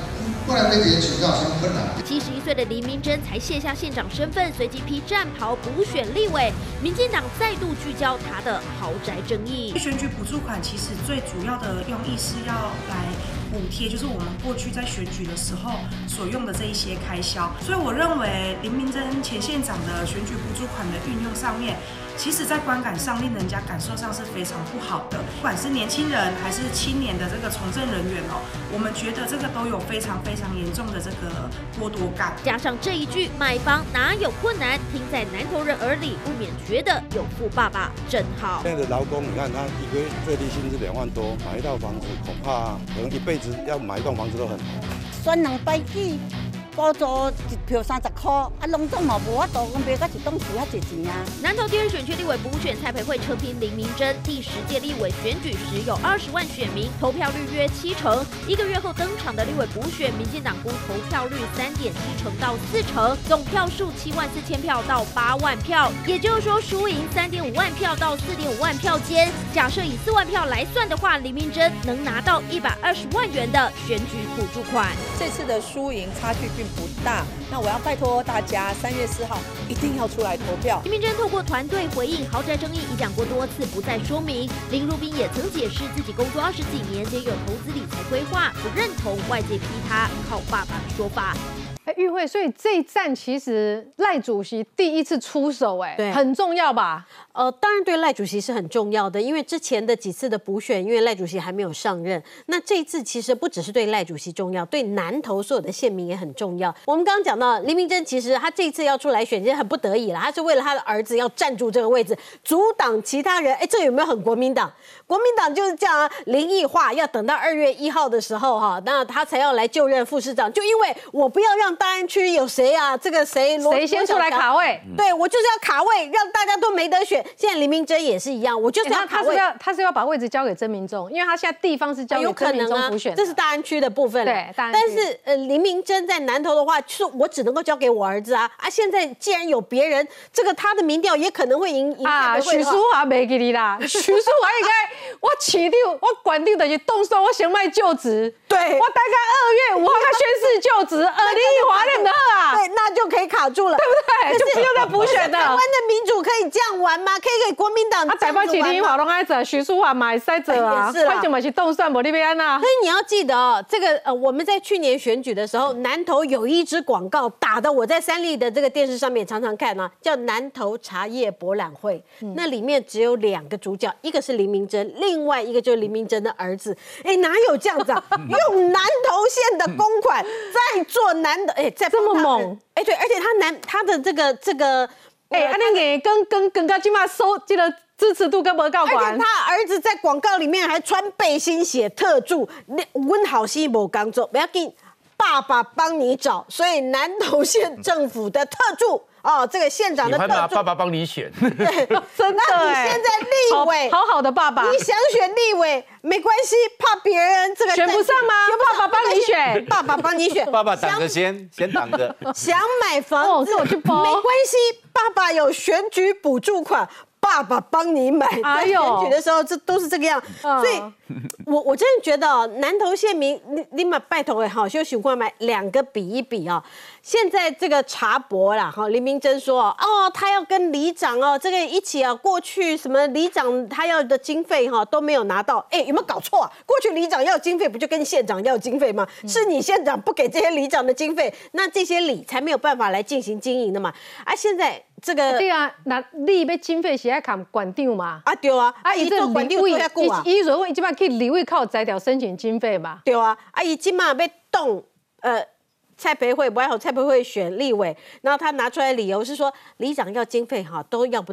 71岁的林明珍才卸下县长身份，随即披战袍补选立委。民进党再度聚焦他的豪宅争议。 选举补助款其实最主要的用意是要来补贴，就是我们过去在选举的时候所用的这一些开销。所以我认为林明珍前县长的选举补助款的运用上面，其实在观感上令人家感受上是非常不好的。不管是年轻人还是青年的这个从政人员哦，我们觉得这个都有非常严重的这个剥夺感。 加上这一句买房哪有困难，听在南投人耳里，不免觉得有富爸爸真好。 现在的劳工，你看他一个月最低薪资2万多，买一套房子恐怕可能一辈子要买一栋房子都很难。 选200几。补助1票30块，啊，拢总嘛无法度，讲买到一栋厝遐侪钱啊。 南投第2选区立委补选，蔡培慧车拼林明珍。第10届立委选举时有20万选民，投票率约70%。1个月后登场的立委补选，民进党估投票率3.7%到4%，总票数74000票到8万票，也就是说输赢3.5万票到4.5万票间。假设以4万票来算的话，林明珍能拿到120万元的选举补助款。 这次的输赢差距并不大，那我要拜托大家3月4号一定要出来投票。 林明珍透过团队回应豪宅争议，已讲过多次，不再说明。林如彬也曾解释自己工作20几年，皆有投资理财规划，不认同外界批他靠爸爸的说法。 玉慧，所以这一战其实赖主席第一次出手， 对， 很重要吧？ 当然对赖主席是很重要的，因为之前的几次的补选，因为赖主席还没有上任，那这一次其实不只是对赖主席重要，对南投所有的县民也很重要。我们刚刚讲到林明珍，其实他这一次要出来选，其实很不得已了，他是为了他的儿子要站住这个位置，阻挡其他人。这有没有很国民党？国民党就是这样啊，林奕化要等到2月1号的时候哈，那他才要来就任副市长，就因为我不要让大安区有谁啊，这个谁先出来卡位， 对我就是要卡位，让大家都没得选。现在林明珍也是一样，我就是要卡位。 他是要把位置交给曾民仲，因为他现在地方是交给曾民仲补选， 这是大安区的部分。 对，但是林明珍在南投的话，就是我只能够交给我儿子啊。现在既然有别人，这个他的民调也可能会赢啊。许淑华没给你啦，许淑华应该我市长，我县长就是动手，我先卖就职。 对， 我大概2月5号他宣誓就职，林奕华认得啊， 对，那就可以卡住了， 对不对？就不用再补选的。 台湾的民主可以这样玩吗？可以给国民党台北市林奕华拢爱做，许淑华嘛会使做啊，反正嘛是动算，无你要安那。 所以你要记得哦，这个我们在去年选举的时候，南投有一支广告打的，我在三立的这个电视上面常常看啊，叫南投茶叶博览会。那里面只有2个主角，一个是林明珍，另外一个就是林明珍的儿子。哪有这样子啊？用南投县的公款在做在这么猛。 对，而且他的这个， 你跟到今嘛收这个支持度跟无够高。 而且他儿子在广告里面还穿背心写特助，温好心无工作，不要紧，爸爸帮你找。所以南投县政府的特助。这个县长的特助， 爸爸帮你选， 对，真的。那你现在立委， 好的爸爸， 你想选立委没关系，怕别人这个选不上吗？爸爸帮你选， 爸爸帮你选， 爸爸挡着先挡着。 想买房子， 我去包， 没关系，爸爸有选举补助款。爸爸帮你买，在选举的时候，这都是这个样。所以，我真的觉得南投县民，你们拜托就想过买2个比一比啊。现在这个茶博啦，林明珍说他要跟里长这个一起过去什么里长他要的经费都没有拿到，有没有搞错啊？过去里长要经费不就跟县长要经费吗？是你县长不给这些里长的经费，那这些里才没有办法来进行经营的嘛。现在这个对啊，那你要经费是要看馆长嘛？ 对啊， 伊做馆长做遐久啊，伊如果伊即摆去里委靠材料申请经费嘛？ 对啊，伊即摆要动蔡培慧不爱好蔡培慧选立委，然后他拿出来理由是说里长要经费都要不到，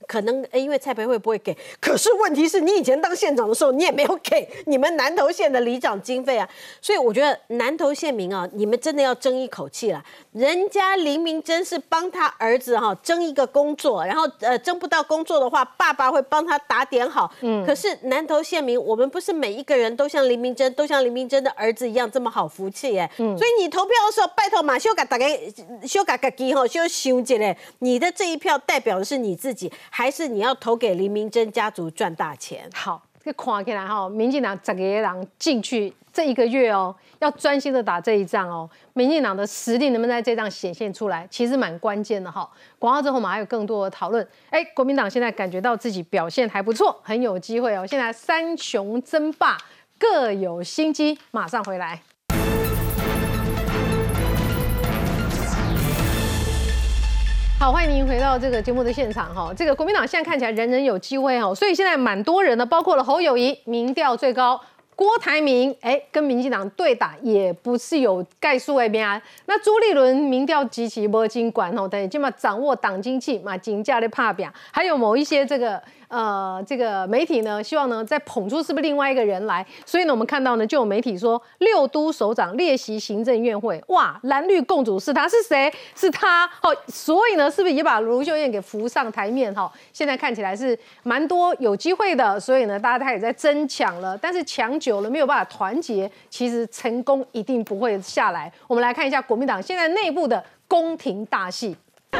可能因为蔡培慧不会给，可是问题是你以前当县长的时候，你也没有给你们南投县的里长经费啊，所以我觉得南投县民啊，你们真的要争一口气啦。人家林明珍是帮他儿子争一个工作，然后争不到工作的话，爸爸会帮他打点好。可是南投县民，我们不是每一个人都像林明珍的儿子一样这么好福气哎。所以你投票的时候，拜托嘛，修改大家修改自己修想一下，你的这一票代表的是你自己，还是你要投给林明珍家族赚大钱？ 好，这看起来民进党10个人进去这1个月要专心的打这一仗民进党的实力能不能在这仗显现出来，其实蛮关键的哈。广告之后我们还有更多的讨论。国民党现在感觉到自己表现还不错，很有机会现在三雄争霸，各有心机，马上回来。好，欢迎您回到这个节目的现场哈。这个国民党现在看起来人人有机会所以现在蛮多人的，包括了侯友宜，民调最高。郭台铭跟民进党对打也不是有概述的命。那朱立伦民调极其没经管但是起码掌握党经济嘛，金价的拍表，还有某一些这个媒体呢，希望呢再捧出是不是另外一个人来，所以呢我们看到呢就有媒体说6都首长列席行政院会，哇，蓝绿共主是他，是谁？是他所以呢是不是也把卢秀燕给扶上台面现在看起来是蛮多有机会的，所以呢大家也在争抢了，但是抢久了没有办法团结，其实成功一定不会下来。我们来看一下国民党现在内部的宫廷大戏。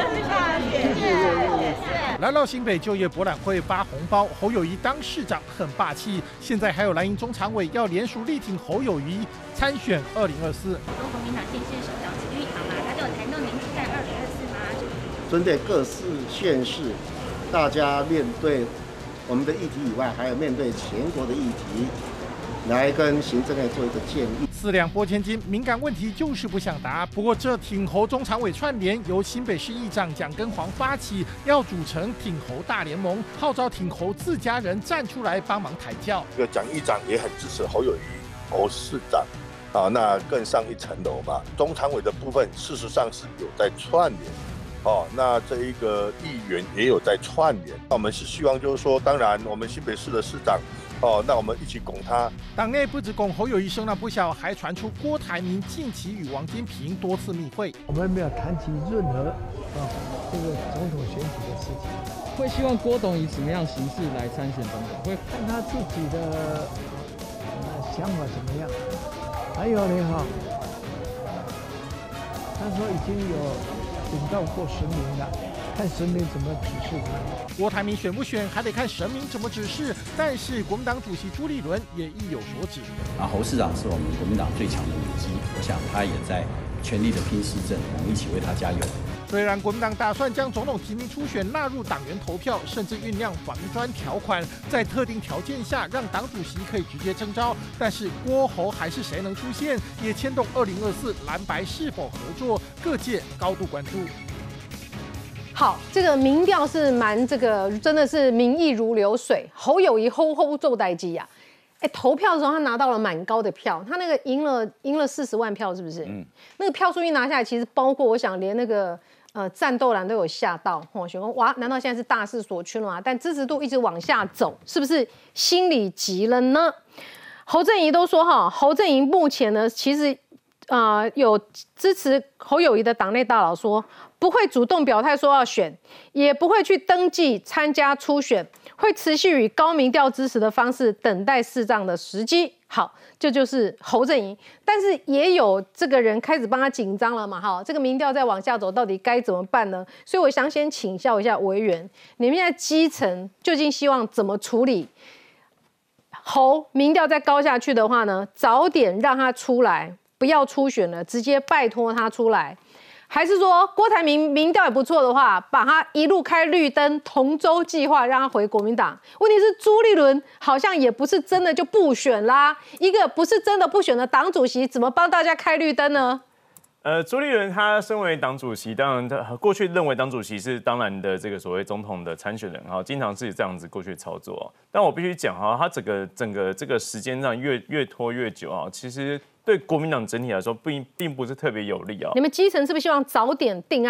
来到新北就业博览会发红包，侯友宜当市长很霸气。现在还有蓝营中常委要联署力挺侯友宜参选2024。国民党县市首长徐玉堂嘛，他就有谈到民主战2024吗？ 针对各县市，大家面对我们的议题以外，还有面对全国的议题，来跟行政院做一个建议。 4两拨千斤，敏感问题就是不想答。不过这挺侯中常委串联，由新北市议长蒋根煌发起，要组成挺侯大联盟，号召挺侯自家人站出来帮忙抬轿。 这个蒋议长也很支持侯友宜侯市长，那更上一层楼嘛。中常委的部分，事实上是有在串联。那这一个议员也有在串联，那我们是希望就是说，当然我们新北市的市长，那我们一起拱他。 党内不止拱侯友宜声浪不小，还传出郭台铭近期与王金平多次密会。 我们没有谈及任何这个总统选举的事情， 会希望郭董以什么样形式来参选总统？会看他自己的想法怎么样。还有呢他说已经有禀告过神明了，看神明怎么指示他。 郭台铭选不选还得看神明怎么指示，但是国民党主席朱立伦也意有所指。 侯市长是我们国民党最强的母鸡，我想他也在全力的拼市政，我们一起为他加油。 虽然国民党打算将总统提名初选纳入党员投票，甚至酝酿防专条款，在特定条件下让党主席可以直接征召，但是郭侯还是谁能出现，也牵动2024蓝白是否合作，各界高度关注。 好，这个民调是蛮真的是民意如流水，侯友宜吼做代志呀。投票的时候他拿到了蛮高的票，他那个赢了40万票，是不是？那个票数一拿下来，其实包括我想连那个战斗蓝都有吓到，想说哇，难道现在是大势所趋了吗？但支持度一直往下走，是不是心里急了呢？侯正宜都说侯正宜目前呢，其实有支持侯友宜的党内大佬说，不会主动表态说要选，也不会去登记参加初选，会持续以高民调支持的方式等待适当的时机。好，这就是侯正宜，但是也有这个人开始帮他紧张了嘛，这个民调再往下走，到底该怎么办呢？所以我想先请教一下委员，你们现在基层究竟希望怎么处理？侯民调再高下去的话呢，早点让他出来，不要初选了，直接拜托他出来。还是说郭台铭民调也不错的话，把他一路开绿灯，同舟计划让他回国民党。问题是朱立伦好像也不是真的就不选啦，一个不是真的不选的党主席，怎么帮大家开绿灯呢？ 朱立伦他身为党主席，当然他过去认为党主席是当然的这个所谓总统的参选人经常是这样子过去操作。但我必须讲他整个这个时间上越拖越久其实对国民党整体来说并不是特别有利你们基层是不是希望早点定案？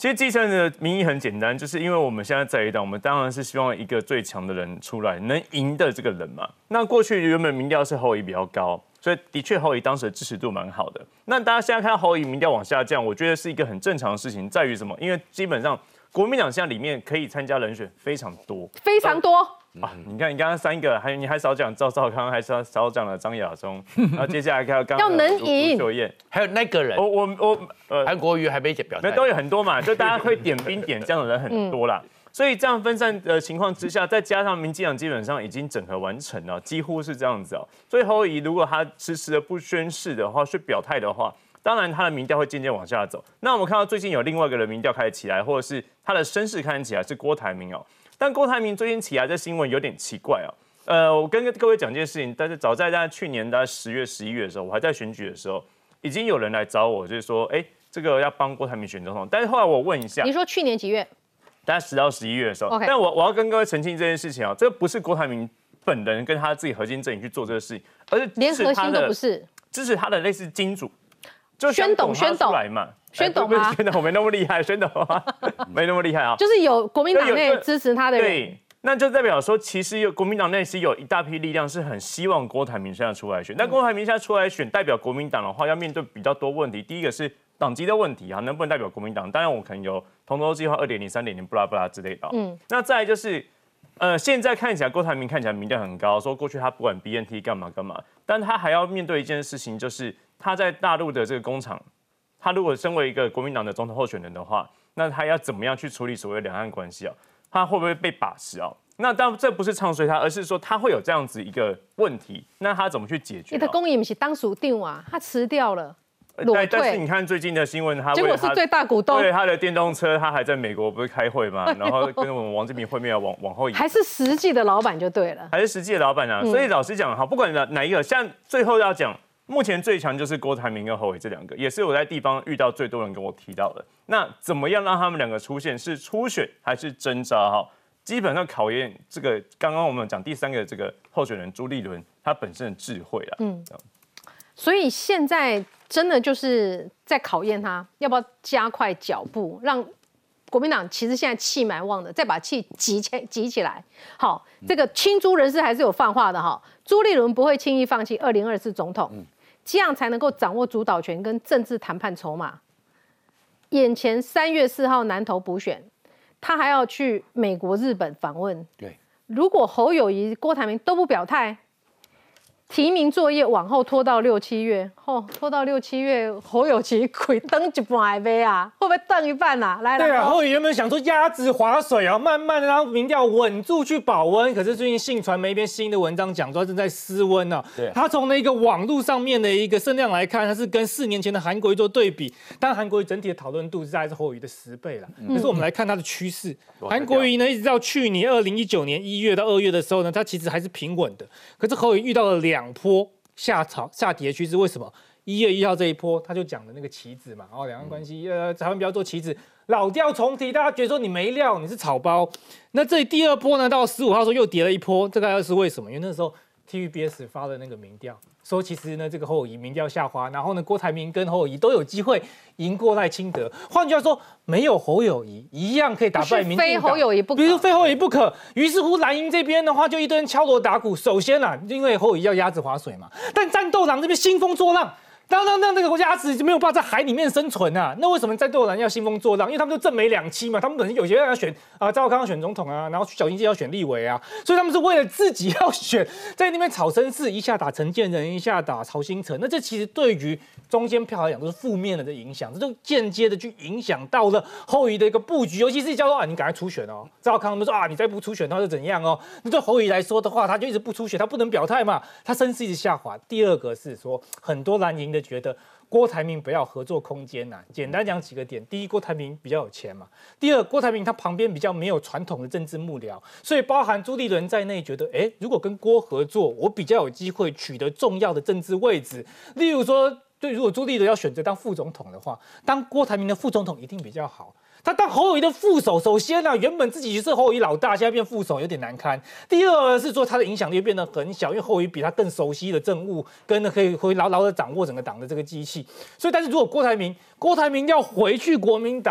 其实基层的民意很简单，就是因为我们现在在野党，我们当然是希望一个最强的人出来，能赢的这个人嘛。那过去原本民调是侯友宜比较高，所以的确侯友宜当时的支持度蛮好的。那大家现在看到侯友宜民调往下降，我觉得是一个很正常的事情，在于什么？因为基本上国民党现在里面可以参加人选非常多， 非常多。 你看，你刚刚3个，你还少讲赵少康，还少讲了张亚中，然后接下来看要能赢， 卢秀燕， 还有那个人，韩国瑜还没表态， 都有很多嘛，就大家会点兵点将的人很多啦。所以这样分散的情况之下，再加上民进党基本上已经整合完成了，几乎是这样子哦。所以侯友宜如果他迟迟的不宣誓的话，去表态的话，当然他的民调会渐渐往下走。那我们看到最近有另外一个人民调开始起来，或者是他的声势看起来是郭台铭哦。但郭台铭最近起来这新闻有点奇怪哦。我跟各位讲件事情，但是早在大概去年大概10月、11月的时候，我还在选举的时候，已经有人来找我，就是说，这个要帮郭台铭选总统。但是后来我问一下， 你说去年几月？ 大概10到11月的时候。 Okay. 但我要跟各位澄清这件事情啊，这不是郭台铭本人跟他自己核心阵营去做这个事情，而是连核心都不是， 支持他的类似金主，就宣董出来嘛。 宣董吗？ 宣董我没那么厉害，宣董没那么厉害啊。 就是有国民党内支持他的人。 对，那就代表说，其实国民党内是有一大批力量是很希望郭台铭现在出来选。但郭台铭现在出来选，代表国民党的话，要面对比较多问题。第一个是党籍的问题啊，能不能代表国民党？当然，我可能有同舟计划2.0、3.0，不拉不拉之类的。那再来就是，现在看起来郭台铭看起来民调很高，说过去他不管 BNT 干嘛干嘛，但他还要面对一件事情，就是他在大陆的这个工厂。他如果身为一个国民党的总统候选人的话，那他要怎么样去处理所谓两岸关系啊？他会不会被把持啊？那当然这不是唱衰他，而是说他会有这样子一个问题，那他怎么去解决？ 你的公益不是当属定啊，他辞掉了， 但是你看最近的新闻， 结果是最大股东， 对他的电动车，他还在美国不是开会嘛？然后跟我们王志明会面要往后移， 还是实际的老板就对了， 还是实际的老板啊。所以老实讲，好，不管哪一个，像最后要讲。目前最强就是郭台铭跟侯友宜这2个，也是我在地方遇到最多人跟我提到的。那怎么样让他们2个出现？是初选还是征召？哈，基本上考验这个刚刚我们讲第3个这个候选人朱立伦他本身的智慧啦。 所以现在真的就是在考验他要不要加快脚步，让国民党其实现在气蛮旺的，再把气集起来。好，这个亲朱人士还是有放话的哈，朱立伦不会轻易放弃2024总统。这样才能够掌握主导权跟政治谈判筹码。眼前3月4号南投补选，他还要去美国、日本访问。 对， 如果侯友宜、郭台铭都不表态，提名作业往后拖到6、7月，拖到6、7月，侯友宜亏登一半杯啊，会不会登一半啊？来， 对啊，侯友宜原本想说鸭子划水啊，慢慢的让民调稳住去保温，可是最近信传媒一篇新的文章讲说正在失温啊。对，他从那个网络上面的一个声量来看，他是跟4年前的韩国瑜做对比，当然韩国瑜整体的讨论度大概是侯友宜的10倍了。可是我们来看他的趋势，韩国瑜呢一直到去年2019年1月到2月的时候呢，他其实还是平稳的，可是侯友宜遇到了2波下跌的趋势，为什么？1月1号这一波，他就讲的那个棋子嘛，两岸关系，台湾不要做棋子，老调重提，大家觉得说你没料，你是草包。那这第2波呢，到15号的时候又跌了一波，这个又是为什么？因为那时候 TVBS 发了那个民调，说其实呢这个侯友宜民调下滑，然后呢郭台铭跟侯友宜都有机会赢过赖清德。换句话说，没有侯友宜一样可以打败民进党， 非侯友宜不可， 比如非侯友宜不可。于是乎蓝营这边的话就一堆人敲锣打鼓。首先啊，因为侯友宜要鸭子划水嘛，但战斗党这边兴风作浪。让那个鸭子就没有办法在海里面生存啊！那为什么战斗蓝要兴风作浪？因为他们就正美2期嘛，他们本身有些人要选赵少康要选总统啊，然后小英姐要选立委啊，所以他们是为了自己要选，在那边吵声势，一下打陈建仁，一下打曹兴诚，那这其实对于中间票来讲都是负面的影响，这就间接的去影响到了侯友宜的一个布局，尤其是叫做你赶快出选哦，赵少康他们说你再不出选的话就怎样哦？那对侯友宜来说的话，他就一直不出选，他不能表态嘛，他声势一直下滑。第2个是说，很多蓝营的觉得郭台铭不要合作空间呐。简单讲几个点：第一，郭台铭比较有钱嘛；第二，郭台铭他旁边比较没有传统的政治幕僚，所以包含朱立伦在内，觉得如果跟郭合作，我比较有机会取得重要的政治位置。例如说，如果朱立伦要选择当副总统的话，当郭台铭的副总统一定比较好。他当侯友宜的副手，首先原本自己是侯友宜老大，现在变副手有点难堪。第二是说他的影响力变得很小，因为侯友宜比他更熟悉的政务，跟可以牢的掌握整个党的这个机器。所以，但是如果郭台铭要回去国民党，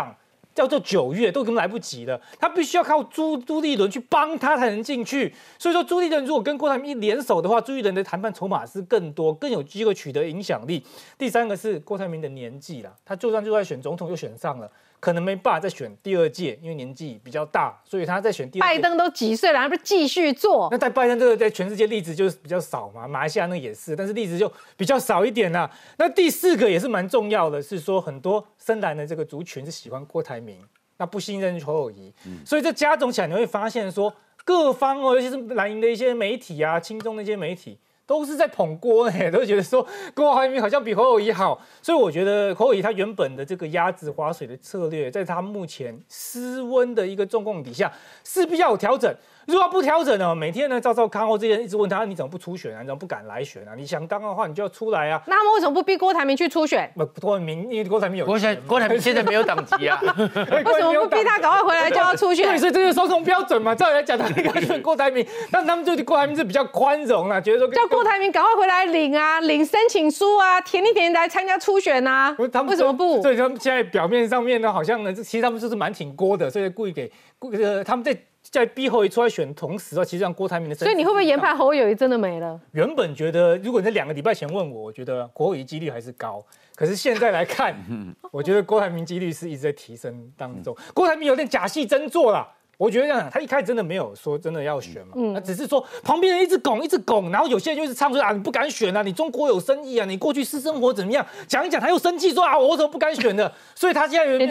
叫做9月都根本来不及了，他必须要靠朱立伦去帮他才能进去。所以说朱立伦如果跟郭台铭一联手的话，朱立伦的谈判筹码是更多，更有机会取得影响力。第三个是郭台铭的年纪啦，他就算选总统又选上了，可能没办法再选第2届，因为年纪比较大，所以他在选第2届。 拜登都几岁了，还不继续做？ 那在拜登这个在全世界例子就是比较少嘛，马来西亚那也是，但是例子就比较少一点啦。那第4个也是蛮重要的，是说很多深蓝的这个族群是喜欢郭台铭，那不信任侯友宜，所以这加总起来你会发现说各方尤其是蓝营的一些媒体啊、亲中的一些媒体。都是在捧郭都觉得说郭台铭好像比侯友宜好，所以我觉得侯友宜他原本的这个鸭子划水的策略，在他目前失温的一个状况底下，势必要有调整。如果不调整呢，每天呢赵少康或这些人一直问他，你怎么不出选啊？你怎么不敢来选啊？你想当的话，你就要出来啊。 那他们为什么不逼郭台铭去初选？ 郭台铭，因为郭台铭有郭台铭现在没有党籍啊， 为什么不逼他赶快回来就要出选？ 对，所以这是双重标准嘛。照理来讲，他应该选郭台铭，但他们对郭台铭是比较宽容啦，觉得说叫郭台铭赶快回来领申请书啊，填一填来参加初选啊。为什么不？ 所以他们现在表面上面呢，好像呢，其实他们就是蛮挺郭的，所以故意给他们在逼侯友宜出来选的同时啊，其实让郭台铭的。 所以你会不会研判侯友宜真的没了？ 原本觉得，如果你在2个礼拜前问我，我觉得侯友宜几率还是高。可是现在来看，我觉得郭台铭几率是一直在提升当中。郭台铭有点假戏真做啦。我觉得这样，他一开始真的没有说真的要选嘛，他只是说旁边人一直拱，然后有些人就是唱出啊，你不敢选啊，你中国有生意啊，你过去私生活怎么样？讲一讲，他又生气说啊，我怎么不敢选的？所以他现在人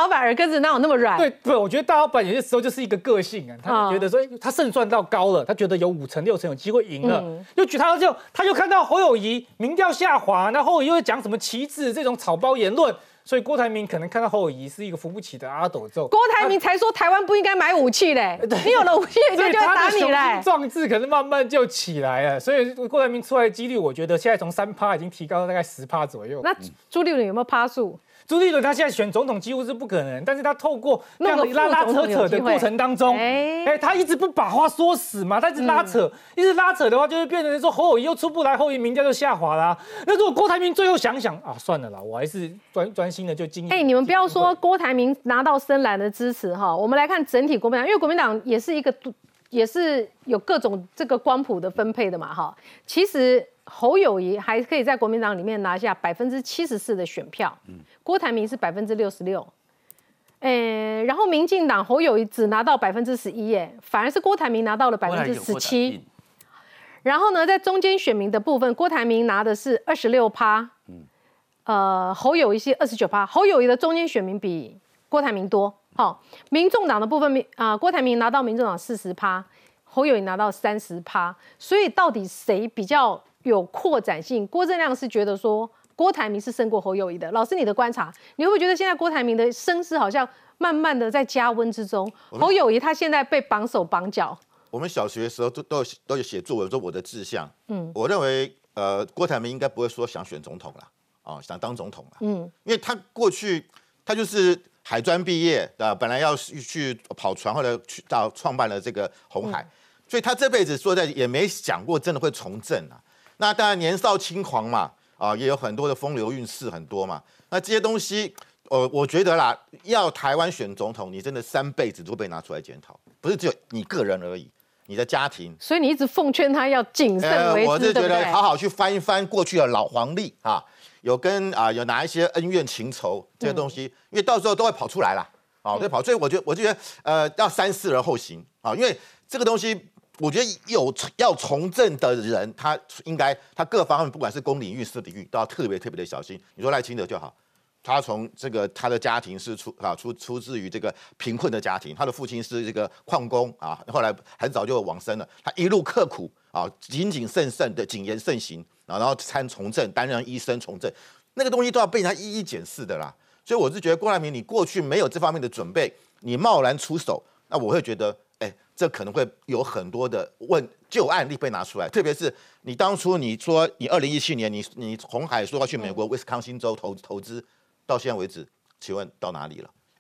对，我觉得大老板有些时候就是一个个性啊，他就觉得说他胜算到高了，他觉得有5成6成有机会赢了，他就看到侯友宜民调下滑，然后侯友宜又讲什么旗帜这种草包言论。所以郭台铭可能看到侯友宜是一个扶不起的阿斗之后， 郭台铭才说台湾不应该买武器嘞，你有了武器人家就会打你嘞。 壮志可能慢慢就起来了，所以郭台铭出来的几率，我觉得现在从3%已经提高到大概10%左右。 那朱立伦有没有趴数？ 朱立伦他现在选总统几乎是不可能，但是他透过这样的拉扯的过程当中，他一直不把话说死嘛，他一直拉扯，的话就会变成说侯友宜又出不来，侯友宜民调就下滑啦。那如果郭台铭最后想想啊，算了啦，我还是专心的就经营。 你们不要说郭台铭拿到深蓝的支持哈，我们来看整体国民党，因为国民党也是有各种这个光谱的分配的嘛哈。其实侯友宜还可以在国民党里面拿下74%的选票，郭台铭是66%，然后民进党侯友宜只拿到11%耶，反而是郭台铭拿到了17%。然后呢，在中间选民的部分，郭台铭拿的是26%，侯友宜是29%，侯友宜的中间选民比郭台铭多。好，民众党的部分，郭台铭拿到民众党40%，侯友宜拿到30%，所以到底谁比较有扩展性？郭正亮是觉得说郭台铭是胜过侯友宜的。老师，你的观察，你会不会觉得现在郭台铭的声势好像慢慢的在加温之中？侯友宜他现在被绑手绑脚。 我们小学的时候都有写作文说我的志向，我认为郭台铭应该不会说想选总统啦，想当总统啦，因为他过去他就是海专毕业的，本来要去跑船，后来去到创办了这个鸿海，所以他这辈子说在也没想过真的会从政啊。那当然年少轻狂嘛，也有很多的风流韵事很多嘛。那这些东西，我觉得啦，要台湾选总统，你真的3辈子都被拿出来检讨，不是只有你个人而已，你的家庭。 所以你一直奉劝他要谨慎为之， 我是觉得好好去翻一翻过去的老黄历啊，有有哪一些恩怨情仇这些东西，因为到时候都会跑出来啦，会跑。所以我觉得要三思而后行啊，因为这个东西。我觉得要从政的人，他各方面不管是公领域、私领域，都要特别的小心。你说赖清德就好，他从他的家庭是出自于这个贫困的家庭，他的父亲是这个矿工啊，后来很早就往生了，他一路刻苦啊，谨言慎行，然后从政，担任医生从政，那个东西都要被人家一一检视的啦。所以我是觉得郭台铭，你过去没有这方面的准备，你贸然出手，那我会觉得。这可能会有很多的旧案例被拿出来，特别是你当初你说你2017年你鸿海说要去美国威斯康星州投资，到现在为止，请问到哪里了？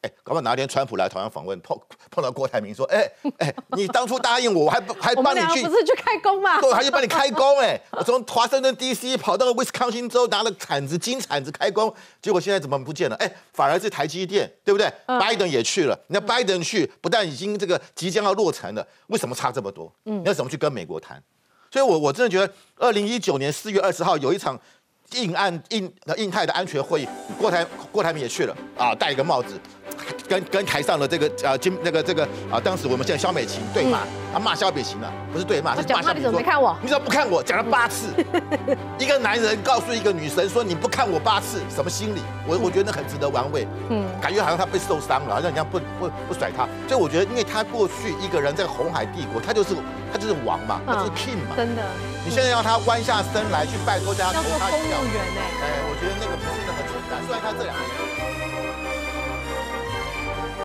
搞不好哪一天川普来台湾访问，碰到郭台铭说，你当初答应我，还帮你去， 不是去开工吗？ 对，还去帮你开工，我从华盛顿 DC 跑到威斯康星州拿了金铲子开工，结果现在怎么不见了？反而是台积电，对不对？拜登也去了，那拜登去不但已经这个即将要落成了，为什么差这么多？你要怎么去跟美国谈？所以我真的觉得，2019年4月20号有一场印太的安全会议，郭台铭也去了啊，戴一个帽子，跟台上的这个当时我们现在萧美琴对骂，他骂萧美琴啊，不是对骂，是骂萧美琴说， 你怎么没看我？ 你怎么不看我？讲了8次，一个男人告诉一个女神说你不看我8次，什么心理？我觉得那很值得玩味，感觉好像他被受伤了，好像人家不甩他，所以我觉得，因为他过去一个人在红海帝国，他就是王嘛，他就是 king 嘛， 真的。 你现在要他弯下身来去拜托大家投他一票， 要做公务员我觉得那个不是那么简单。虽然他这2年。